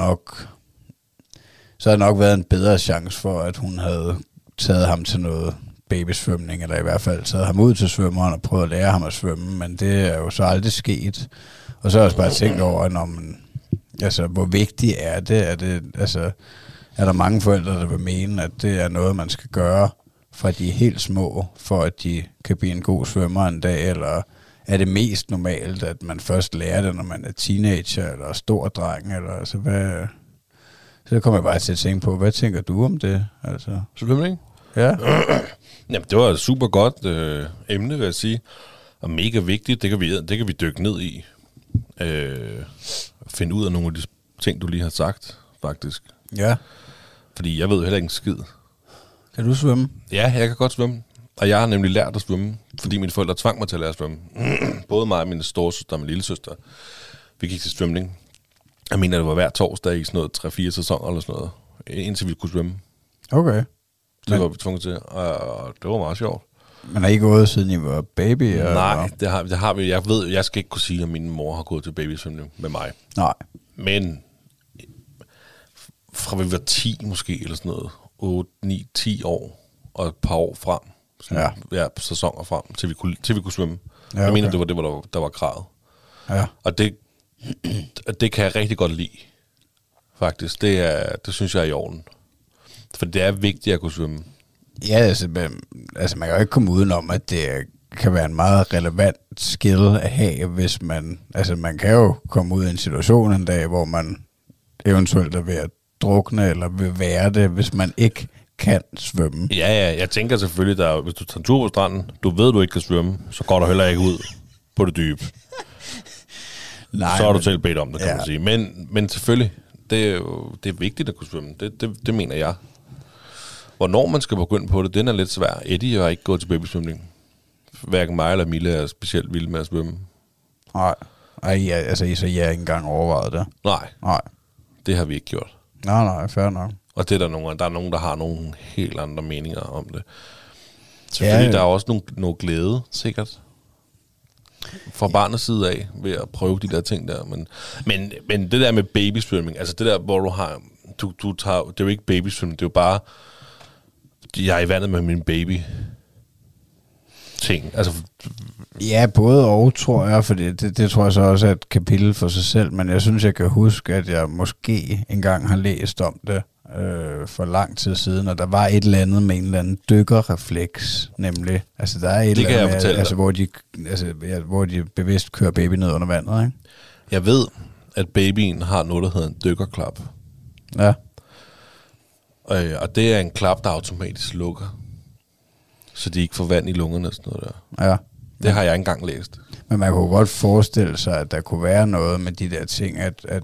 nok været en bedre chance for, at hun havde taget ham til noget babysvømning, eller i hvert fald taget ham ud til svømmeren og prøvet at lære ham at svømme, men det er jo så aldrig sket. Og så har jeg også bare tænkt over, hvor vigtigt er det? Er der mange forældre, der vil mene, at det er noget, man skal gøre, fra de er helt små, for at de kan blive en god svømmer en dag, eller er det mest normalt, at man først lærer det, når man er teenager, eller stor dreng, eller altså hvad... Så kommer jeg bare til at tænke på, hvad tænker du om det? Altså. Svømning? Ja. Jamen, det var et super godt emne, vil jeg sige. Og mega vigtigt, det kan vi dykke ned i. Finde ud af nogle af de ting, du lige har sagt, faktisk. Ja. Fordi jeg ved jo heller ikke en skid. Kan du svømme? Ja, jeg kan godt svømme. Og jeg har nemlig lært at svømme, fordi mine forældre tvang mig til at lære at svømme. Både mig og min storesøster og min lillesøster. Vi gik til svømning. Jeg mener, det var hver torsdag i sådan noget 3-4 sæsoner eller sådan noget, indtil vi kunne svømme. Okay. Det var vi tvunget til, og det var meget sjovt. Men har I gået, siden I var baby? Nej, det har vi. Jeg skal ikke kunne sige, at min mor har gået til babysvømning med mig. Nej. Men fra vi var 10 måske, eller sådan noget, 8, 9, 10 år, og et par år frem, ja, sæsoner frem, til vi kunne svømme. Ja, okay. Jeg mener, det var det, der var kravet. Ja. Og det kan jeg rigtig godt lide, faktisk. Det synes jeg er i orden. For det er vigtigt at kunne svømme. Ja, altså man kan jo ikke komme udenom, at det kan være en meget relevant skill at have, hvis man... Altså man kan jo komme ud i en situation en dag, hvor man eventuelt er ved at drukne, eller vil være det, hvis man ikke kan svømme. Ja, jeg tænker selvfølgelig, at hvis du tager en tur på stranden, du ved, du ikke kan svømme, så går du heller ikke ud på det dybe. Nej, så har du selv bedt om det, kan man sige. Men selvfølgelig, det er vigtigt at kunne svømme. Det mener jeg. Hvornår man skal begynde på det, den er lidt svær. Eddie har ikke gået til babysvømning. Hverken mig eller Mille er specielt vilde med at svømme. Nej. Så jeg har ikke engang overvejet det. Nej. Det har vi ikke gjort. Nej, fair nok. Og det er der er nogen, der har nogle helt andre meninger om det. Selvfølgelig, der er også noget glæde, sikkert. Fra barnets side af, ved at prøve de der ting der. Men det der med babysvømning, altså det der, hvor du har... Du tager, det er jo ikke babysvømning, det er jo bare... Jeg er i vandet med min baby. Ting. Altså... Ja, både og, tror jeg, for det tror jeg så også er et kapitel for sig selv, men jeg synes, jeg kan huske, at jeg måske engang har læst om det for lang tid siden, og der var et eller andet med en eller anden dykkerrefleks, nemlig. Altså, der er et eller andet med, hvor de bevidst kører baby ned under vandet, ikke? Jeg ved, at babyen har noget, der hedder en dykkerklap. Ja. Og det er en klap, der automatisk lukker, så de ikke får vand i lungerne og sådan noget der. Ja. Det har jeg ikke engang læst. Men man kunne godt forestille sig, at der kunne være noget med de der ting, at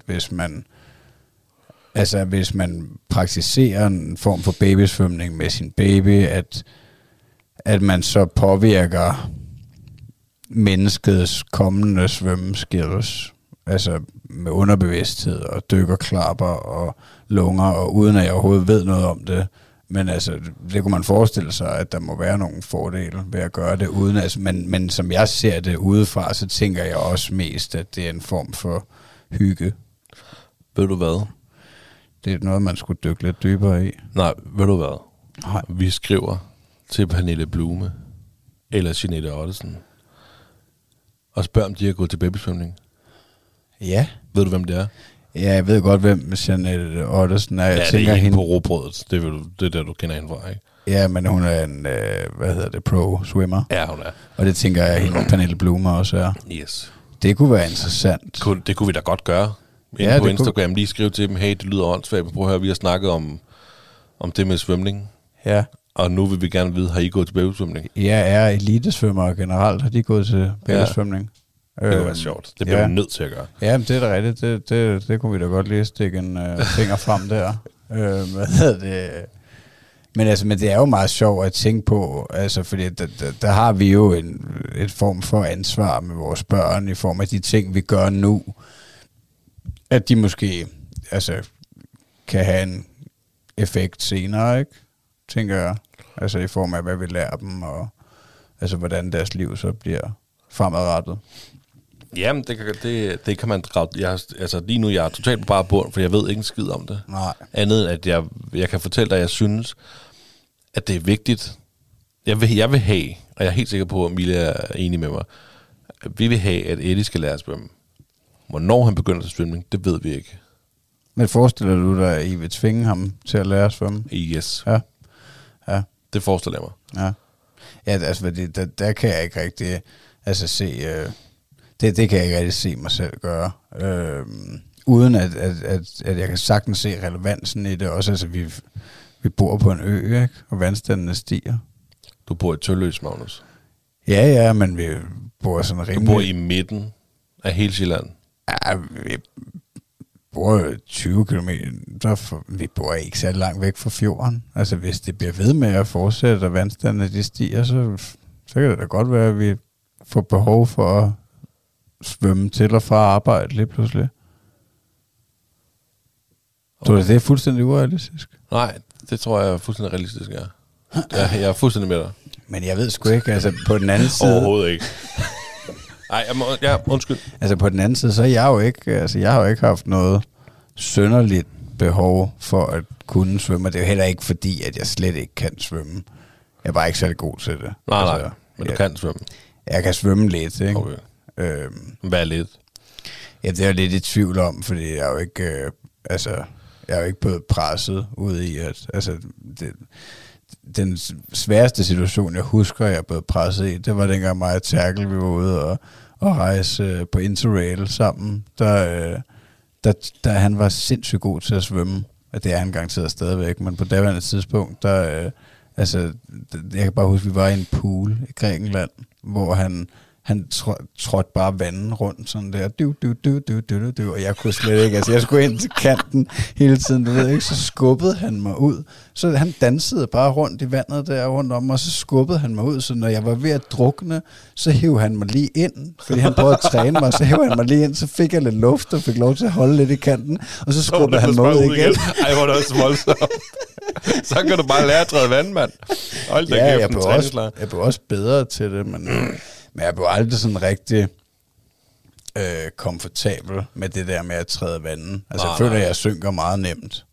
hvis man praktiserer en form for babysvømning med sin baby, at man så påvirker menneskets kommende svømmeskills, altså med underbevidsthed og dykkerklapper og lunger, og uden at jeg overhovedet ved noget om det. Men altså, det kunne man forestille sig, at der må være nogle fordele ved at gøre det uden. Altså, men som jeg ser det udefra, så tænker jeg også mest, at det er en form for hygge. Ved du hvad? Det er noget, man skulle dykke lidt dybere i. Nej, ved du hvad? Nej. Vi skriver til Pernille Blume eller Jeanette Ottesen og spørger, om de har gået til babysvømning. Ja. Ved du, hvem det er? Ja, jeg ved godt, hvem Jeanette Ottesen er. Jeg tænker, det er hende på råbrødet. Det er der, du kender hende fra, ikke? Ja, men hun er en, pro-swimmer. Ja, hun er. Og det tænker jeg, hende Pernille Blume også er. Yes. Det kunne være interessant. Det kunne vi da godt gøre. Inde på Instagram, lige skrive til dem, hey, det lyder åndssvagt, prøv at høre, vi har snakket om det med svømning. Ja. Og nu vil vi gerne vide, har I gået til babysvømning? Ja, er elitesvømmere generelt, har de gået til babysvømning? Det kunne være sjovt. Det bliver vi nødt til at gøre. Ja, men det er da rigtigt. Det kunne vi da godt lige stikke en finger frem der. Men det er jo meget sjovt at tænke på, altså, fordi der har vi jo et form for ansvar med vores børn i form af de ting, vi gør nu. At de måske kan have en effekt senere, ikke? Tænker jeg. Altså i form af, hvad vi lærer dem, og altså hvordan deres liv så bliver fremadrettet. Jamen, det kan man drage. Lige nu jeg er totalt på bare bund, for jeg ved ikke en skid om det. Nej. Andet, at jeg kan fortælle dig, at jeg synes, at det er vigtigt. Jeg vil have, og jeg er helt sikker på, at Mille er enig med mig, vi vil have, at Eddie skal lære at svømme. Hvornår han begynder til svømning, det ved vi ikke. Men forestiller du dig, at I vil tvinge ham til at lære at svømme? Yes. Ja. Det forestiller jeg mig. Ja, altså, der kan jeg ikke rigtig se... Det kan jeg ikke rigtig se mig selv gøre. Uden at jeg kan sagtens se relevansen i det også. Altså, vi bor på en ø, ikke? Og vandstandene stiger. Du bor i Tølløs, Magnus. Ja, men vi bor sådan rimelig... Du bor i midten af hele Sjælland. Ja, vi bor 20 kilometer. Vi bor ikke så langt væk fra fjorden. Altså, hvis det bliver ved med at fortsætte, og vandstandene de stiger, så kan det da godt være, at vi får behov for at svømme til og fra arbejde lige pludselig. Okay. Tror du, det er fuldstændig urealistisk? Nej, det tror jeg er fuldstændig realistisk, ja. Jeg er fuldstændig med dig. Men jeg ved sgu ikke, altså på den anden side... Overhovedet ikke. Nej, undskyld. Altså på den anden side, så er jeg har jo ikke haft noget synderligt behov for at kunne svømme. Det er jo heller ikke fordi, at jeg slet ikke kan svømme. Jeg er bare ikke særlig god til det. Nej, men du kan svømme. Jeg kan svømme lidt, ikke? Okay. Hvad er lidt? Ja, det er jeg lidt i tvivl om, fordi jeg er jo ikke, jeg er jo ikke blevet presset ud i, at den sværeste situation, jeg husker, jeg er blevet presset i, det var dengang mig og Terkel, vi var ude og rejse på Interrail sammen, da han var sindssygt god til at svømme. at det er han garanteret stadigvæk, men på daværende tidspunkt, der, jeg kan bare huske, vi var i en pool i Grækenland, hvor han trådte bare vandet rundt sådan der, og jeg kunne slet ikke, jeg skulle ind til kanten hele tiden, du ved ikke, så skubbede han mig ud, så han dansede bare rundt i vandet der rundt om, og så skubbede han mig ud, så når jeg var ved at drukne, så hævde han mig lige ind, fordi han prøvede at træne mig, så hævde han mig lige ind, så fik jeg lidt luft, og fik lov til at holde lidt i kanten, og så skubbede han mig ud igen. Ej, hvor er det også voldsomt. Så kan du bare lære at træde vand, mand. Hold da ja, jeg blev også bedre til det, men jeg blev aldrig sådan rigtig komfortabel med det der med at træde vandet. Altså, jeg føler, at jeg synker meget nemt.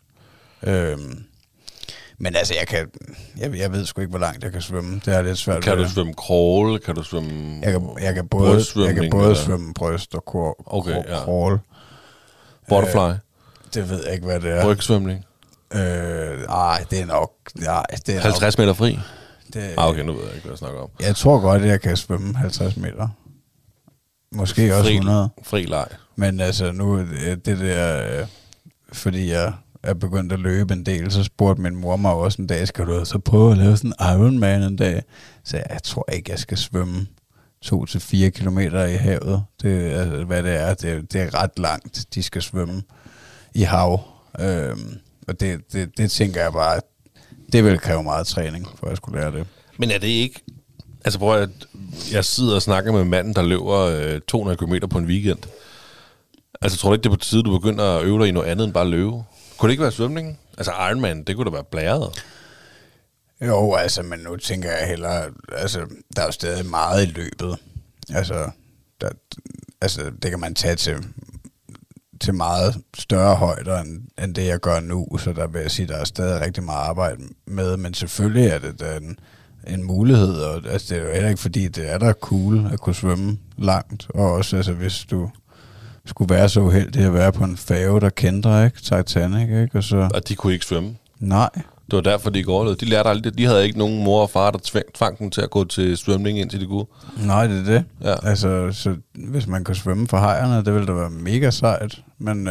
Men altså, jeg ved sgu ikke, hvor langt jeg kan svømme. Det er lidt svært. Kan du svømme crawl? Kan du svømme jeg kan både svømme bryst og crawl. Butterfly? Det ved jeg ikke, hvad det er. Rygsvømning? Nej, det er nok... det er 50 meter fri? Okay, nu ved jeg ikke, hvad jeg snakker om. Jeg tror godt, at jeg kan svømme 50 meter. Måske også 100. Fri leg. Men altså nu, det der, fordi jeg er begyndt at løbe en del, så spurgte min mor mig også en dag, skal du så prøve at lave sådan en Ironman en dag? Så jeg tror ikke, jeg skal svømme 2-4 kilometer i havet. Det, altså, hvad det er, det er ret langt, de skal svømme i hav. Og det tænker jeg bare, det vil kræve meget træning, for at jeg skulle lære det. Men er det ikke... Altså prøv at... Jeg sidder og snakker med manden, der løber 200 km på en weekend. Altså tror du ikke, det er på tide, du begynder at øve dig i noget andet end bare løbe? Kunne det ikke være svømning? Altså Ironman, det kunne da være blæret. Jo, altså, men nu tænker jeg hellere... Altså, der er jo stadig meget i løbet. Altså, det kan man tage til meget større højder, end det, jeg gør nu. Så der vil jeg sige, der er stadig rigtig meget arbejde med. Men selvfølgelig er det da en mulighed. Og, altså, det er jo heller ikke, fordi det er da cool at kunne svømme langt. Og også, altså, hvis du skulle være så uheldig at være på en færge, der kendte, ikke? Titanic, ikke? Og de kunne ikke svømme? Nej. Det var derfor, de overlevede. De lærte aldrig det. De havde ikke nogen mor og far, der tvang dem til at gå til svømning, indtil de kunne. Nej, det er det. Ja. Altså, så hvis man kan svømme for hajerne, det ville da være mega sejt. Men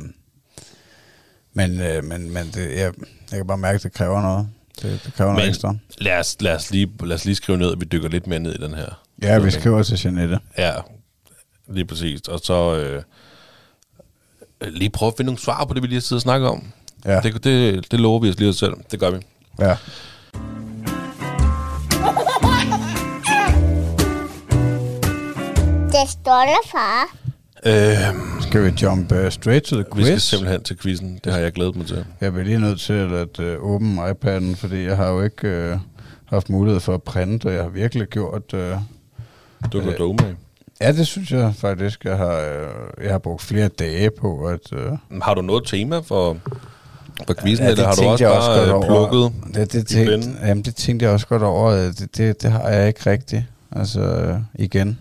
det, jeg kan bare mærke, at det kræver noget. Det kræver noget ekstra. Lad os lige skrive ned, at vi dykker lidt mere ned i den her. Ja, vi skriver til Jeanette. Ja, lige præcis. Og så lige prøve at finde nogle svar på det, vi lige har siddet og snakket om. Ja. Det lover vi os lige os selv. Det gør vi. Ja. Det står der, far. Skal vi jump straight to the quiz? Vi skal simpelthen til quizzen. Det har jeg glædet mig til. Jeg bliver lige nødt til at åbne iPad'en, fordi jeg har jo ikke haft mulighed for at printe, og jeg har virkelig gjort... Du har gjort dig umage. Ja, det synes jeg faktisk. Jeg har brugt flere dage på at... Har du noget tema for quizzen, eller har du også bare plukket det tænkte jeg også godt over. Det har jeg ikke rigtigt. Altså, igen.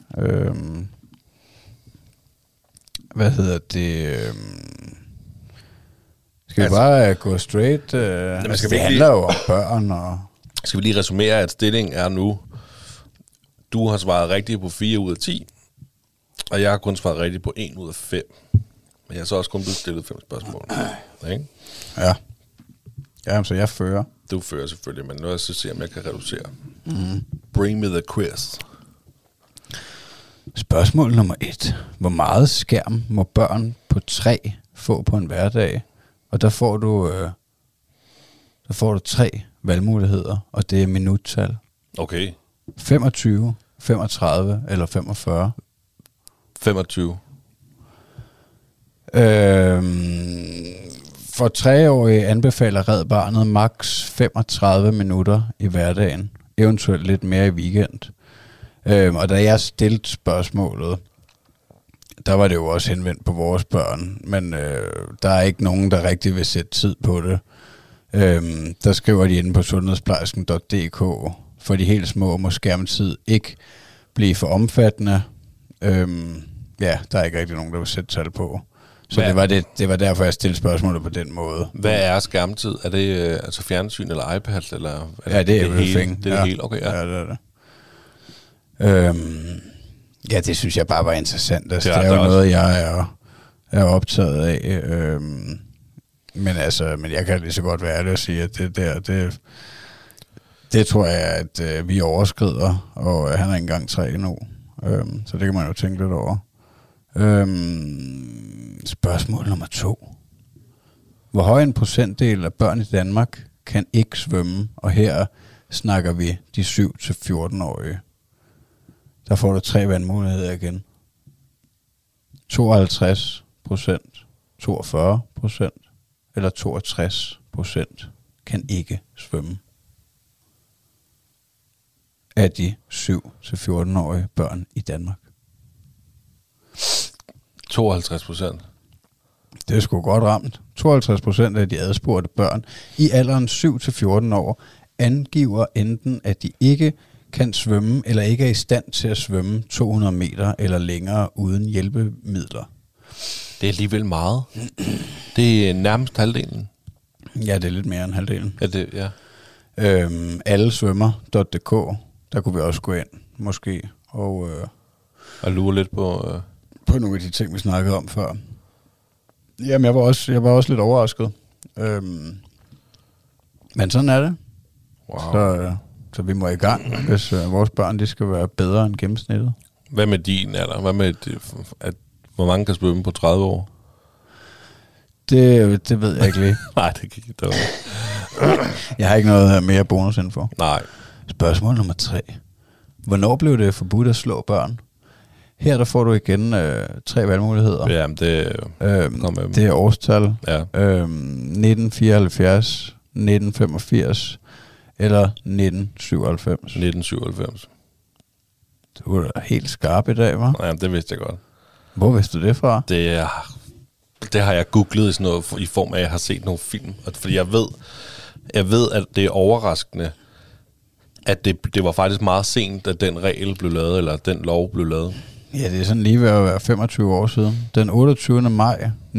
Hvad hedder det? Skal vi bare gå straight? Altså, det handler jo om børn. Og skal vi lige resumere, at stillingen er nu... Du har svaret rigtigt på 4 ud af 10, og jeg har kun svaret rigtigt på 1 ud af 5. Men jeg har så også kun blevet stillet 5 spørgsmål. Ikke? Ja. Ja, så jeg fører. Du fører selvfølgelig, men nu vil jeg så se, om jeg kan reducere. Bring me the quiz. Spørgsmål nummer 1. Hvor meget skærm må børn på 3 få på en hverdag? Og der får du 3 valgmuligheder, og det er minuttal. Okay. 25, 35 eller 45? 25. For 3-årige anbefaler Red Barnet maks 35 minutter i hverdagen, eventuelt lidt mere i weekend. Og da jeg stillede spørgsmålet, der var det jo også henvendt på vores børn, men der er ikke nogen, der rigtig vil sætte tid på det. Der skriver de inde på sundhedsplejersken.dk, for de helt små må skærmtid ikke blive for omfattende. Ja, der er ikke rigtig nogen, der vil sætte tal på. Så det var derfor, jeg stillede spørgsmålet på den måde. Hvad er skærmtid? Er det altså fjernsyn eller iPad? Eller, ja, det er everything. Det er det hele, okay. Ja, det er det. Ja, det synes jeg bare var interessant. Altså, det er jo noget, jeg er optaget af. Men jeg kan lige så godt være ærlig og sige, at det tror jeg, at vi overskrider, og han er ikke engang 3 nu. Så det kan man jo tænke lidt over. Spørgsmål nummer 2. Hvor høj en procentdel af børn i Danmark kan ikke svømme, og her snakker vi de 7-14-årige. Der får du 3 valgmuligheder igen. 52%, 42% eller 62% kan ikke svømme af de 7-14-årige børn i Danmark. 52%. Det er sgu godt ramt. 52% af de adspurgte børn i alderen 7-14 år angiver enten, at de ikke kan svømme, eller ikke er i stand til at svømme 200 meter eller længere uden hjælpemidler. Det er alligevel meget. Det er nærmest halvdelen. Ja, det er lidt mere end halvdelen. Ja, det, ja. Allesvømmer.dk, der kunne vi også gå ind, måske, og lure lidt på nogle af de ting, vi snakkede om før. Jamen, jeg var også lidt overrasket. Men sådan er det. Wow. Så vi må i gang, hvis vores børn de skal være bedre end gennemsnittet. Hvad med din alder? Hvad med, hvor mange kan svømme på 30 år? Det ved jeg ikke lige. Nej, det kan ikke. Jeg har ikke noget mere bonusinfo. Nej. Spørgsmål nummer 3. Hvornår blev det forbudt at slå børn? Her der får du igen 3 valgmuligheder. Jamen, det er årstal. Ja. 1974, 1985 eller 1997. 1997. Du er da helt skarp i dag, hva'? Jamen, det vidste jeg godt. Hvor vidste du det fra? Det har jeg googlet i sådan noget, i form af, at jeg har set nogle film. Fordi jeg ved, at det er overraskende, at det var faktisk meget sent, at den regel blev lavet, eller den lov blev lavet. Ja, det er sådan lige ved at være 25 år siden. Den 28. maj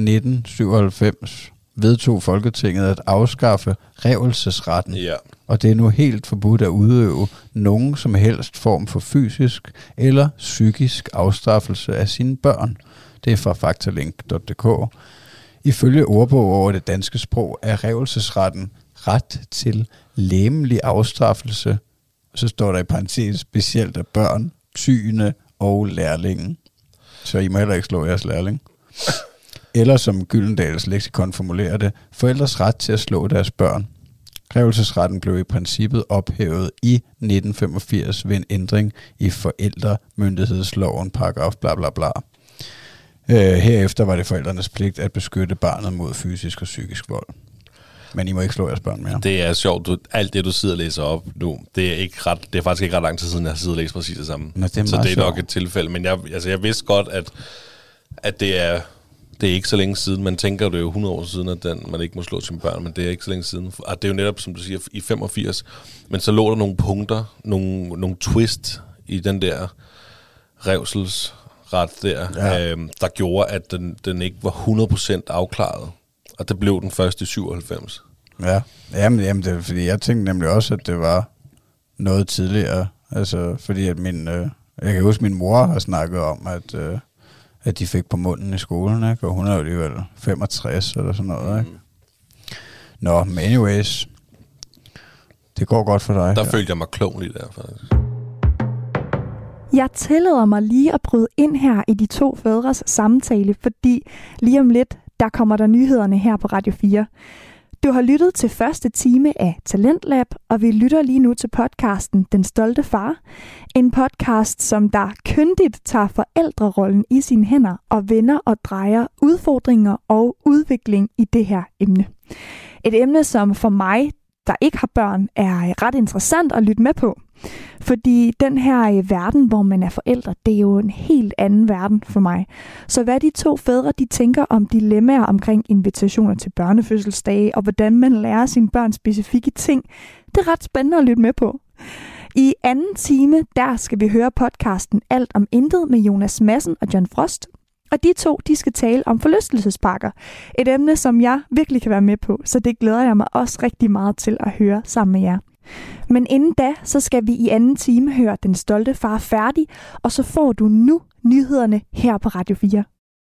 1997 vedtog Folketinget at afskaffe revelsesretten. Ja. Og det er nu helt forbudt at udøve nogen som helst form for fysisk eller psykisk afstraffelse af sine børn. Det er fra faktalink.dk. Ifølge ordbog over det danske sprog er revelsesretten ret til legemlig afstraffelse. Så står der i parentes specielt af børn, tyende og lærlingen. Så I må heller ikke slå jeres lærling. Eller som Gyldendals leksikon formulerer det, forældres ret til at slå deres børn. Revelsesretten blev i princippet ophævet i 1985 ved en ændring i forældremyndighedsloven, paragraf bla bla bla. Herefter var det forældrenes pligt at beskytte barnet mod fysisk og psykisk vold. Men I må ikke slå jeres børn mere. Det er sjovt. Alt det, du sidder og læser op nu, det er faktisk ikke ret lang tid siden, jeg har siddet og læst præcis det samme. Nå, det så det er nok et tilfælde. Men jeg vidste godt, at det er ikke så længe siden. Man tænker, det er jo 100 år siden, at man ikke må slå sine børn, men det er ikke så længe siden. Og det er jo netop, som du siger, i 85. Men så lå der nogle punkter, nogle twist i den der revselsret der, der gjorde, at den ikke var 100% afklaret. Og det blev den første i 97. Ja, jamen det er, fordi jeg tænkte nemlig også, at det var noget tidligere. Altså, fordi at jeg kan huske, min mor har snakket om, at de fik på munden i skolen, ikke? Og hun er jo alligevel 65 eller sådan noget, ikke? Nå, men anyways, det går godt for dig. Der følte jeg mig klog lige der, faktisk. Jeg tillader mig lige at bryde ind her i de 2 fædres samtale, fordi lige om lidt, der kommer der nyhederne her på Radio 4. Du har lyttet til første time af Talentlab, og vi lytter lige nu til podcasten Den Stolte Far. En podcast, som der kyndigt tager forældrerollen i sine hænder og vender og drejer udfordringer og udvikling i det her emne. Et emne, som for mig, der ikke har børn, er ret interessant at lytte med på. Fordi den her verden, hvor man er forældre, det er jo en helt anden verden for mig. Så hvad de 2 fædre, de tænker om dilemmaer omkring invitationer til børnefødselsdage, og hvordan man lærer sine børn specifikke ting, det er ret spændende at lytte med på. I anden time, der skal vi høre podcasten Alt om Intet med Jonas Madsen og John Frost. Og de 2, de skal tale om forlystelsesparker. Et emne, som jeg virkelig kan være med på, så det glæder jeg mig også rigtig meget til at høre sammen med jer. Men inden da, så skal vi i anden time høre Den Stolte Far færdig, og så får du nu nyhederne her på Radio 4.